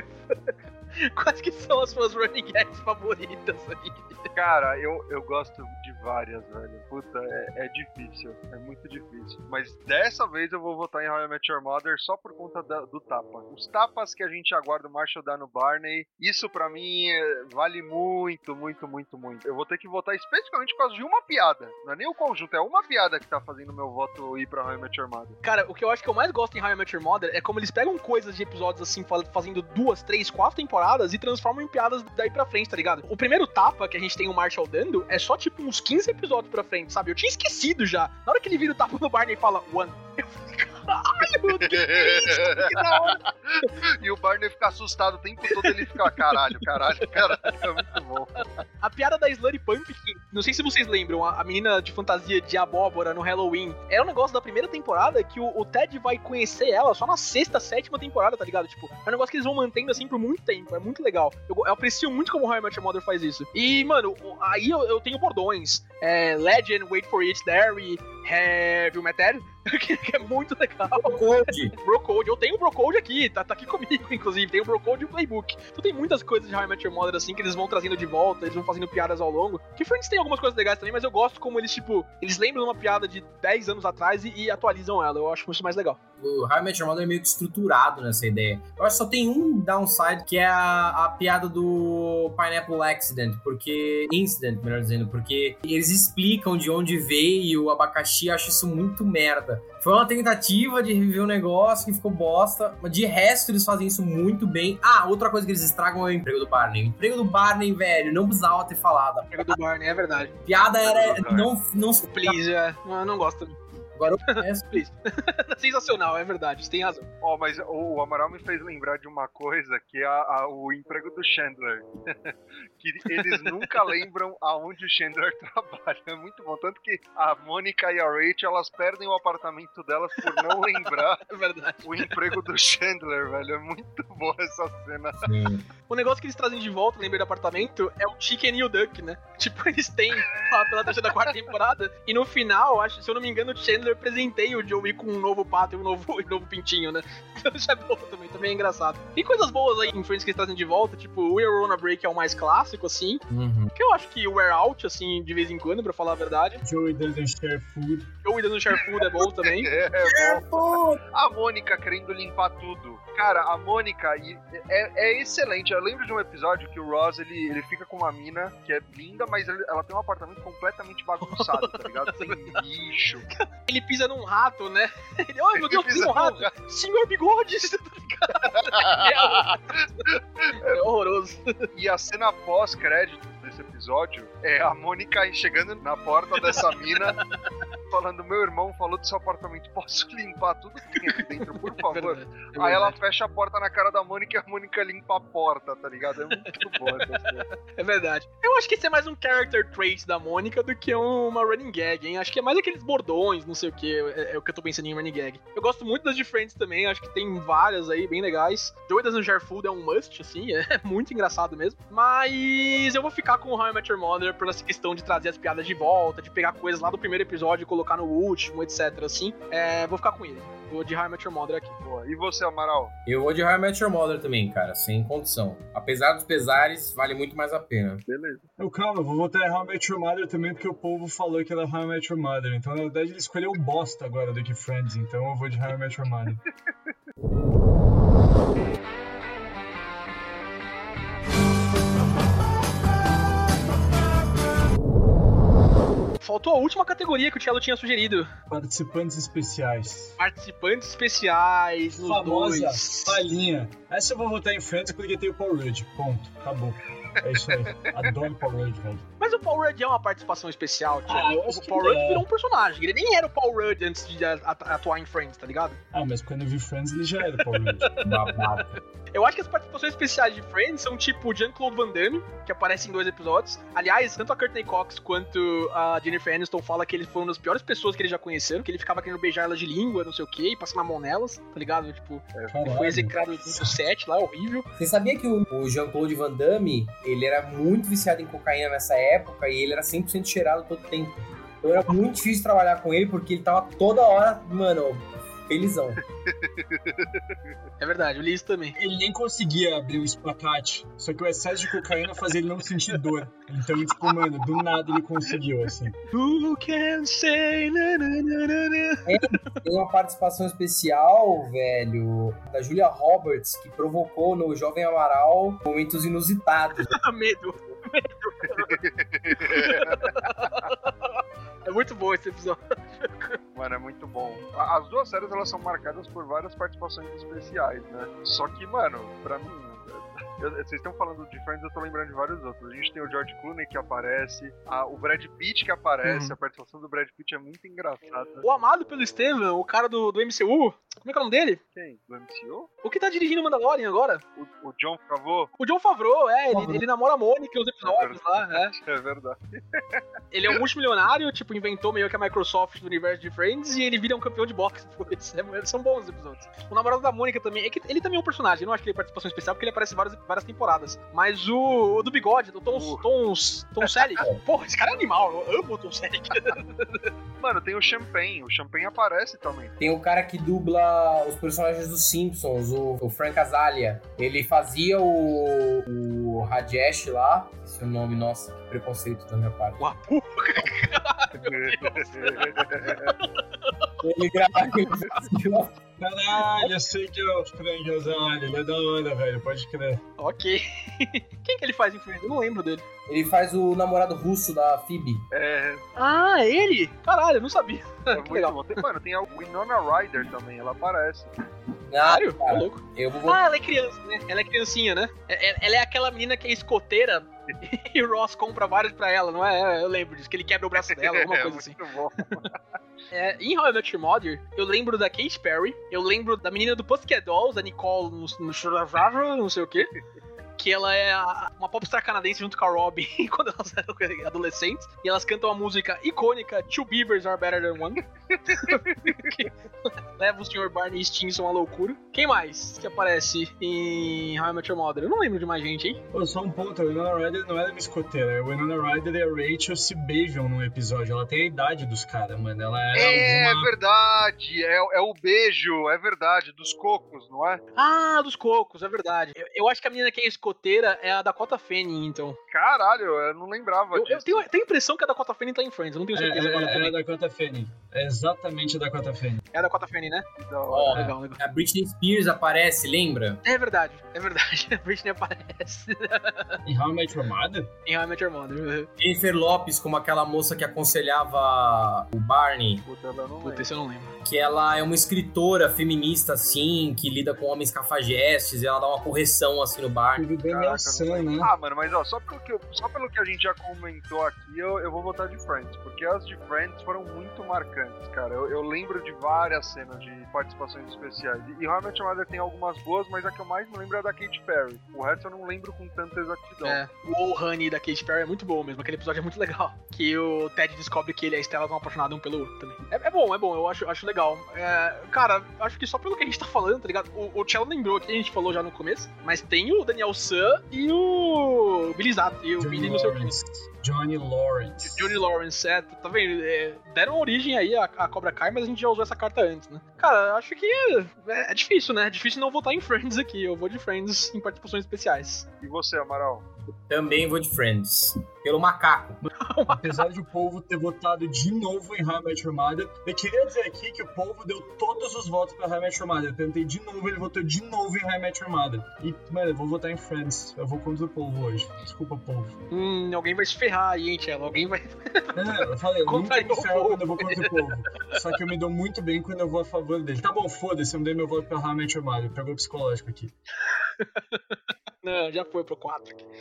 Quais que são as suas running gags favoritas aí? Cara, eu gosto de várias, velho. Puta, é difícil. É muito difícil. Mas dessa vez eu vou votar em How I Met Your Mother só por conta do tapa. Os tapas que a gente aguarda o Marshall dar no Barney, isso pra mim vale muito, muito, muito, muito. Eu vou ter que votar especificamente por causa de uma piada. Não é nem o conjunto, é uma piada que tá fazendo meu voto ir pra How I Met Your Mother. Cara, o que eu acho que eu mais gosto em How I Met Your Mother é como eles pegam coisas de episódios assim, fazendo 2, 3, 4 temporadas e transformam em piadas daí pra frente, tá ligado? O primeiro tapa que a gente tem o Marshall dando é só tipo uns 15 episódios pra frente, sabe? Eu tinha esquecido já. Na hora que ele vira o tapa no Barney e fala one, eu falei, caralho, que isso? Que da hora. E o Barney fica assustado o tempo todo, ele fica, caralho, é muito bom. A piada da Slutty Pumpkin, não sei se vocês lembram, a menina de fantasia de abóbora no Halloween, é um negócio da primeira temporada que o Ted vai conhecer ela só na 6ª, 7ª temporada, tá ligado? Tipo, é um negócio que eles vão mantendo assim por muito tempo, é muito legal. Eu aprecio muito como How I Met Your Mother faz isso. E, mano, aí eu tenho bordões, Legend, Wait For It, There, Have You Met That? Que é muito legal. Brocode. Eu tenho o Brocode aqui, tá aqui comigo, inclusive. Tem o Brocode e o Playbook. Então tem muitas coisas de How I Met Your Mother, assim, que eles vão trazendo de volta, eles vão fazendo piadas ao longo. Que Friends tem algumas coisas legais também, mas eu gosto como eles, tipo, eles lembram de uma piada de 10 anos atrás e atualizam ela. Eu acho isso mais legal. O How I Met Your Mother é meio que estruturado nessa ideia. Eu acho que só tem um downside, que é a piada do Pineapple Accident, melhor dizendo, porque eles explicam de onde veio o abacaxi, eu acho isso muito merda. Foi uma tentativa de reviver um negócio que ficou bosta, mas de resto eles fazem isso muito bem. Ah, outra coisa que eles estragam é o emprego do Barney. O emprego do Barney, velho, não precisava ter falado. O emprego do Barney, é verdade. A piada era... Não Please, eu não gosto. Agora eu conheço. Sensacional, é verdade, você tem razão. Ó, mas o Amaral me fez lembrar de uma coisa, que é o emprego do Chandler. Que eles nunca lembram aonde o Chandler trabalha. É muito bom. Tanto que a Mônica e a Rachel, elas perdem o apartamento delas por não lembrar É verdade. o emprego do Chandler, velho. É muito boa essa cena. Sim. O negócio que eles trazem de volta, lembrei do apartamento, é o Chicken e o Duck, né? Tipo, eles têm lá pela terceira da quarta temporada, e no final, acho, se eu não me engano, o Chandler presenteia o Joey com um novo pato e um novo pintinho, né? Então isso é bom também é engraçado. Tem coisas boas aí em Friends que eles trazem de volta, tipo, o We're on a Break é o mais clássico, assim, que eu acho que o We're Out, assim, de vez em quando, pra falar a verdade. Joey doesn't share food. Joey doesn't share food é bom também. É bom. A Mônica querendo limpar tudo. Cara, a Mônica é excelente. Eu lembro de um episódio que o Ross, ele fica com uma mina que é linda, mas ela tem um apartamento completamente bagunçado, tá ligado? Tem lixo. Ele pisa num rato, né? Ele, ai meu Deus, pisa num rato. Senhor Bigode, você tá ligado? É horroroso. E a cena pós-crédito desse episódio é a Mônica chegando na porta dessa mina falando, meu irmão falou do seu apartamento, posso limpar tudo que tem aqui dentro, por favor? Aí ela fecha a porta na cara da Mônica e a Mônica limpa a porta, tá ligado? É muito bom essa cena. É verdade. Eu acho que isso é mais um character trait da Mônica do que uma running gag, hein? Acho que é mais aqueles bordões, não sei o que, é o que eu tô pensando em running gag. Eu gosto muito das de Friends também, acho que tem várias aí bem legais. Joey Doesn't Share Food é um must, assim, é muito engraçado mesmo. Mas eu vou ficar com o How I Met Your Mother por essa questão de trazer as piadas de volta, de pegar coisas lá do primeiro episódio e colocar no último, etc, assim. Vou ficar com ele. Vou de How I Met Your Mother aqui. Boa. E você, Amaral? Eu vou de How I Met Your Mother também, cara, sem condição. Apesar dos pesares, vale muito mais a pena. Beleza. Calma, eu vou votar em How I Met Your Mother também, porque o povo falou que era How I Met Your Mother. Então, na verdade, ele escolheu o bosta agora do que Friends. Então, eu vou de How I Met Your Mother. Faltou a última categoria que o Cello tinha sugerido. Participantes especiais. Participantes especiais nos Famosa dois. palhinha. Essa eu vou votar em Friends porque tem o Paul Rudd. Ponto. Acabou. É isso aí. Adoro o Paul Rudd, velho. Mas o Paul Rudd é uma participação especial, Thiago. eu acho O Paul que Rudd virou um personagem. Ele nem era o Paul Rudd antes de atuar em Friends, tá ligado? Mas quando eu vi Friends, ele já era o Paul Rudd. Babado. Eu acho que as participações especiais de Friends são tipo o Jean-Claude Van Damme, que aparece em 2 episódios. Aliás, tanto a Courtney Cox quanto a Jennifer Aniston falam que ele foi uma das piores pessoas que eles já conheceram, que ele ficava querendo beijar elas de língua, não sei o que, e passando a mão nelas, tá ligado? Tipo, ele foi execrado no set lá, horrível. Você sabia que o Jean-Claude Van Damme, ele era muito viciado em cocaína nessa época e ele era 100% cheirado todo tempo. Então era muito difícil trabalhar com ele porque ele tava toda hora, mano, felizão. É verdade, eu li isso também. Ele nem conseguia abrir o espacate, só que o excesso de cocaína fazia ele não sentir dor. Então, tipo, mano, do nada ele conseguiu, assim. Who can say na, na, na, na, na. Tem uma participação especial, velho, da Julia Roberts, que provocou no Jovem Amaral momentos inusitados. Medo. É muito bom esse episódio. Mano, é muito bom. As duas séries, elas são marcadas por várias participações especiais, né? Só que, mano, pra mim... Vocês estão falando de Friends, eu tô lembrando de vários outros. A gente tem o George Clooney que aparece, o Brad Pitt que aparece, a participação do Brad Pitt é muito engraçada. O amado pelo Steven, o cara do MCU, como é que é o nome dele? Quem? Do MCU? O que tá dirigindo o Mandalorian agora? O Jon Favreau? O Jon Favreau, ele namora a Mônica nos episódios lá, É verdade. Ele é um multimilionário, tipo, inventou meio que a Microsoft do universo de Friends e ele vira um campeão de boxe depois. São bons os episódios. O namorado da Mônica também, ele também é um personagem, eu não acho que ele é participação especial porque ele aparece em várias temporadas. Mas o do bigode, do Tom Selleck, porra, esse cara é animal, eu amo o Tom Selleck. Mano, tem o Champagne aparece também. Tem o cara que dubla os personagens dos Simpsons, o Frank Azalia. Ele fazia o Rajesh lá, esse é o nome, nossa, que preconceito da minha parte. Uau, Ele fazia... Caralho, eu sei que é o Frank Azalia, ele é da hora, velho, pode crer. Ok. Quem que ele faz em Friends? Eu não lembro dele. Ele faz o namorado russo da Phoebe. Ah, ele? Caralho, eu não sabia. É Que muito legal. bom. Mano, tem a Winona Ryder também, ela aparece. Sério? cara, Tô louco. eu vou Ah, ela é criança, né? Ela é criancinha, né? Ela é aquela menina que é escoteira e o Ross compra vários pra ela, não é? Eu lembro disso, que ele quebra o braço dela, alguma coisa assim. Muito bom. Em How I Met Your Mother, eu lembro da Katy Perry, eu lembro da menina do Pussycat Dolls, a Nicole, não sei o quê. Que ela é uma popstar canadense junto com a Robin quando elas eram adolescentes. E elas cantam a música icônica Two Beavers Are Better Than One. Que leva o Sr. Barney Stinson à loucura. Quem mais que aparece em How I Met Your Mother? Eu não lembro de mais gente, hein? Pô, só um ponto, a Winona Ryder não era uma escoteira. A Winona Ryder e a Rachel se beijam num episódio. Ela tem a idade dos caras, mano. Ela era alguma... verdade. É o beijo, é verdade, dos cocos, não é? Ah, dos cocos, é verdade. Eu acho que a menina que é escoteira é a Dakota Fanning, então. Caralho, eu não lembrava disso. Eu tenho a impressão que a Dakota Fanning tá em Friends, eu não tenho certeza agora É a também. Dakota Fanning. É exatamente a Dakota Fanning. É a Dakota Fanning, né? Ó, Legal. a Britney Spears aparece, lembra? É verdade. A Britney aparece Em How I Met Your Mother? em How I Met Your Mother. Jennifer Lopes como aquela moça que aconselhava o Barney, Puta, eu não Puta, lembro. esse eu não lembro. que ela é uma escritora feminista, assim, que lida com homens cafajestes, e ela dá uma correção, assim, no Barney. Tudo bem, Caraca, Nelson, né? Ah, mano, mas ó, só pelo que a gente já comentou aqui, eu vou votar de Friends, porque as de Friends foram muito marcantes, cara. Eu lembro de várias cenas de participações especiais. E How I Met Your Mother tem algumas boas, mas a que eu mais me lembro é a da Katy Perry. O resto eu não lembro com tanta exatidão. O Oh Honey da Katy Perry é muito bom mesmo, aquele episódio é muito legal. Que o Ted descobre que ele e a Stella estão apaixonados um pelo outro também. É bom, eu acho legal. Cara, acho que só pelo que a gente tá falando, tá ligado? O Cello lembrou aqui, a gente falou já no começo, mas tem o Daniel San e o Billy Zato, e o Billy não sei o que. Johnny Lawrence. Johnny Lawrence, tá vendo? Deram origem aí a Cobra Kai, mas a gente já usou essa carta antes, né? Cara, acho que é difícil, né? É difícil não votar em Friends aqui. Eu vou de Friends em participações especiais. E você, Amaral? Também vou de Friends. Pelo macaco. Apesar de o povo ter votado de novo em How I Met Your Mother, eu queria dizer aqui que o povo deu todos os votos pra How I Met Your Mother. Eu tentei de novo, ele votou de novo em How I Met Your Mother. E, mano, eu vou votar em Friends. Eu vou contra o povo hoje. Desculpa, povo. Alguém vai se ferrar aí, hein, Cello? Alguém vai... Não, eu falei, eu nunca Contrariou me o ferro povo. quando eu vou contra o povo. Só que eu me dou muito bem quando eu vou a favor dele. Tá bom, foda-se, eu não dei meu voto pra How I Met Your Mother. Pegou o psicológico aqui. Não, já foi pro 4 aqui.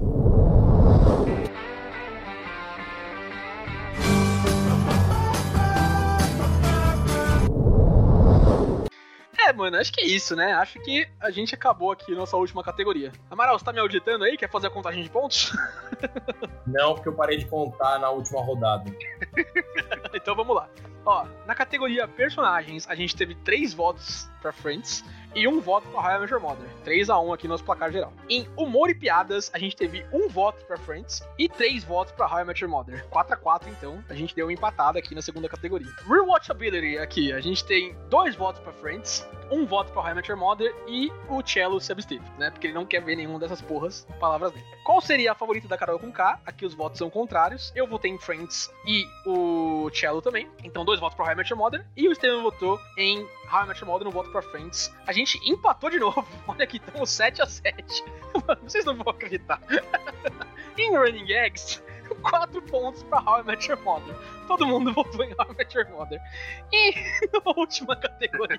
Mano, acho que é isso, né? Acho que a gente acabou aqui nossa última categoria. Amaral, você tá me auditando aí? Quer fazer a contagem de pontos? Não, porque eu parei de contar na última rodada. Então vamos lá. Ó, na categoria personagens, a gente teve 3 votos pra Friends e 1 voto pra How I Met Your Mother. 3-1 aqui no nosso placar geral. Em humor e piadas, a gente teve 1 voto pra Friends e 3 votos pra How I Met Your Mother. 4-4, então, a gente deu uma empatada aqui na segunda categoria. Rewatchability aqui, a gente tem 2 votos pra Friends, 1 voto pra How I Met Your Mother e o Cello se absteve, né? Porque ele não quer ver nenhuma dessas porras, palavras dele. Qual seria a favorita da Carol com K? Aqui os votos são contrários. Eu votei em Friends e o Cello também. Então 2 votos pra How I Met Your Mother e o Steven votou em How I Met Your Mother, 1 voto pra Friends. A gente empatou de novo. Olha aqui, estamos 7-7. Mano, vocês não vão acreditar. Em Running Gags, 4 pontos pra How I Met Your Mother. Todo mundo votou em How I Met Your Mother. E na última categoria,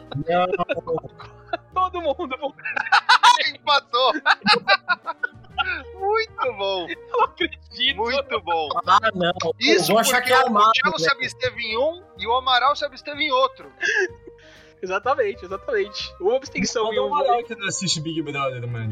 todo mundo votou. Empatou! Muito bom! Eu não acredito. Muito bom! Ah, não. Isso vou achar porque que é o armado, Thiago se absteve em um e o Amaral se absteve em outro. Exatamente. Uma abstenção em Olha um o Amaral que não assiste Big Brother, mano.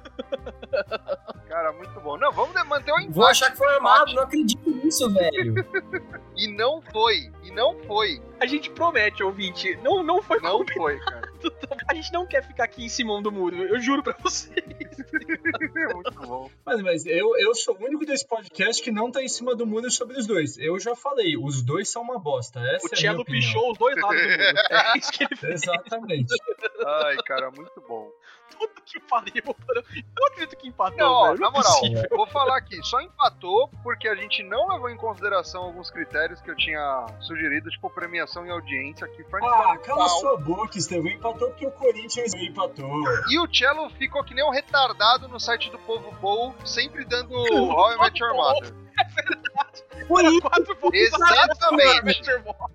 Cara, muito bom. Não, vamos manter o empate. Vou achar que foi armado, não acredito nisso, velho. E não foi. A gente promete, ouvinte. Não foi Não combinado. foi, cara. A gente não quer ficar aqui em cima do muro. Eu juro pra vocês. Muito bom. Mas eu sou o único desse podcast que não tá em cima do muro sobre os dois. Eu já falei, os dois são uma bosta. Essa é O a minha Cello opinião. pichou os dois lados do muro. É isso que ele fez. Exatamente. Ai, cara, muito bom. Puta que pariu, mano. Eu não acredito que empatou, Não, ó, velho. na moral, Possível. vou falar aqui, só empatou porque a gente não levou em consideração alguns critérios que eu tinha sugerido, tipo premiação e audiência, que foi Cala sua boca, Estevão. Empatou porque o Corinthians empatou. E o Cello ficou que nem um retardado no site do Povo Bowl, sempre dando How I Met Your Mother. É verdade. Por isso, 4 pontos. Exatamente.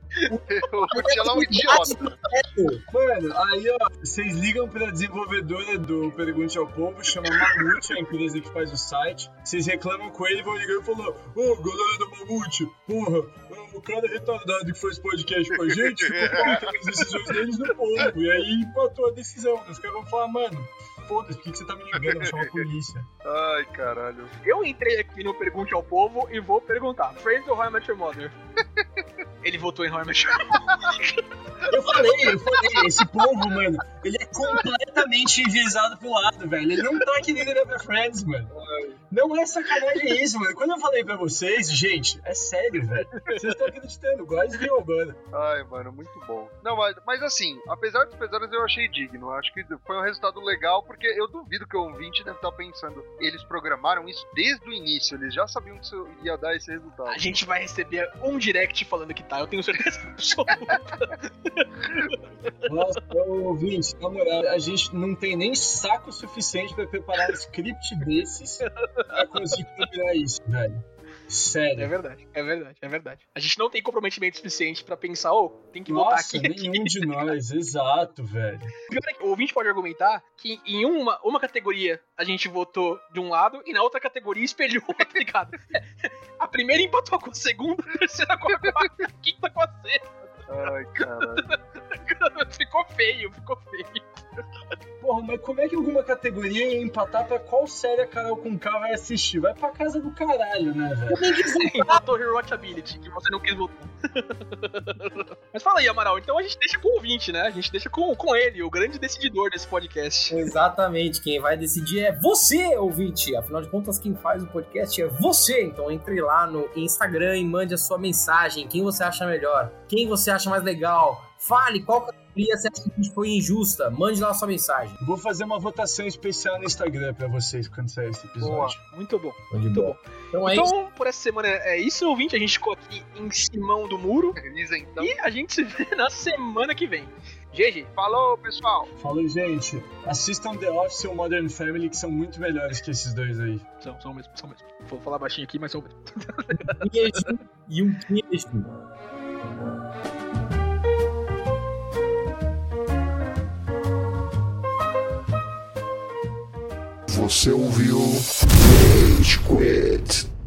O Cello é um idiota. Mano, aí ó, vocês ligam pra desenvolvedora do Pergunte ao Povo, chama Mamute, a empresa que faz o site. Vocês reclamam com ele e vão ligar e falar: ô, galera da Mamute, porra, o cara retardado que faz podcast com a gente ficou colocando as decisões deles no povo. E aí empatou a decisão. Os caras vão falar: mano, foda-se, por que você tá me ligando? Vou chamar a polícia. Ai, caralho. Eu entrei aqui no Pergunte ao Povo e vou perguntar: Friends ou How I Met Your Mother? Ele votou em How I Met Your Mother. Eu falei, esse povo, mano, ele é completamente enviesado pro lado, velho. Ele não tá aqui nem pra Friends, mano. Não é sacanagem isso, mano. Quando eu falei pra vocês, gente, é sério, velho. Vocês estão acreditando, igual eles viram agora. Ai, mano, muito bom. Não, mas assim, apesar dos pesares, eu achei digno. Acho que foi um resultado legal, porque eu duvido que o ouvinte deve estar pensando, eles programaram isso desde o início, eles já sabiam que isso ia dar esse resultado. A gente vai receber um direct falando que tá, eu tenho certeza absoluta. Nossa, ouvinte, na moral, a gente não tem nem saco suficiente pra preparar um script desses pra conseguir combinar isso, velho. Sério. É verdade. A gente não tem comprometimento suficiente pra pensar, tem que Nossa, votar aqui. nenhum de nós, exato, velho. O pior é que o ouvinte pode argumentar que em uma categoria a gente votou de um lado e na outra categoria espelhou, tá ligado? A primeira empatou com a segunda, a terceira com a quarta, a quinta com a sexta. Ai, caralho. Ficou feio. Porra, mas como é que alguma categoria ia empatar pra qual série a Carol Conká vai assistir? Vai pra casa do caralho, né, velho? Empatou Rewatchability, que você não quis votar. Mas fala aí, Amaral, então a gente deixa com o ouvinte, né? A gente deixa com ele, o grande decididor desse podcast. Exatamente, quem vai decidir é você, ouvinte. Afinal de contas, quem faz o podcast é você. Então entre lá no Instagram e mande a sua mensagem. Quem você acha melhor? Quem você acha mais legal? Fale qual categoria você acha que foi injusta. Mande lá a sua mensagem. Vou fazer uma votação especial no Instagram pra vocês quando sair esse episódio. Boa, muito bom. Muito bom. Então, por essa semana é isso, ouvinte. A gente ficou aqui em Simão do Muro. Então. E a gente se vê na semana que vem. GG. Falou, pessoal. Falou, gente. Assistam The Office ou Modern Family, que são muito melhores que esses dois aí. São mesmo. Vou falar baixinho aqui, mas são mesmo. Queijo e um queijo. Você ouviu Rage Quit.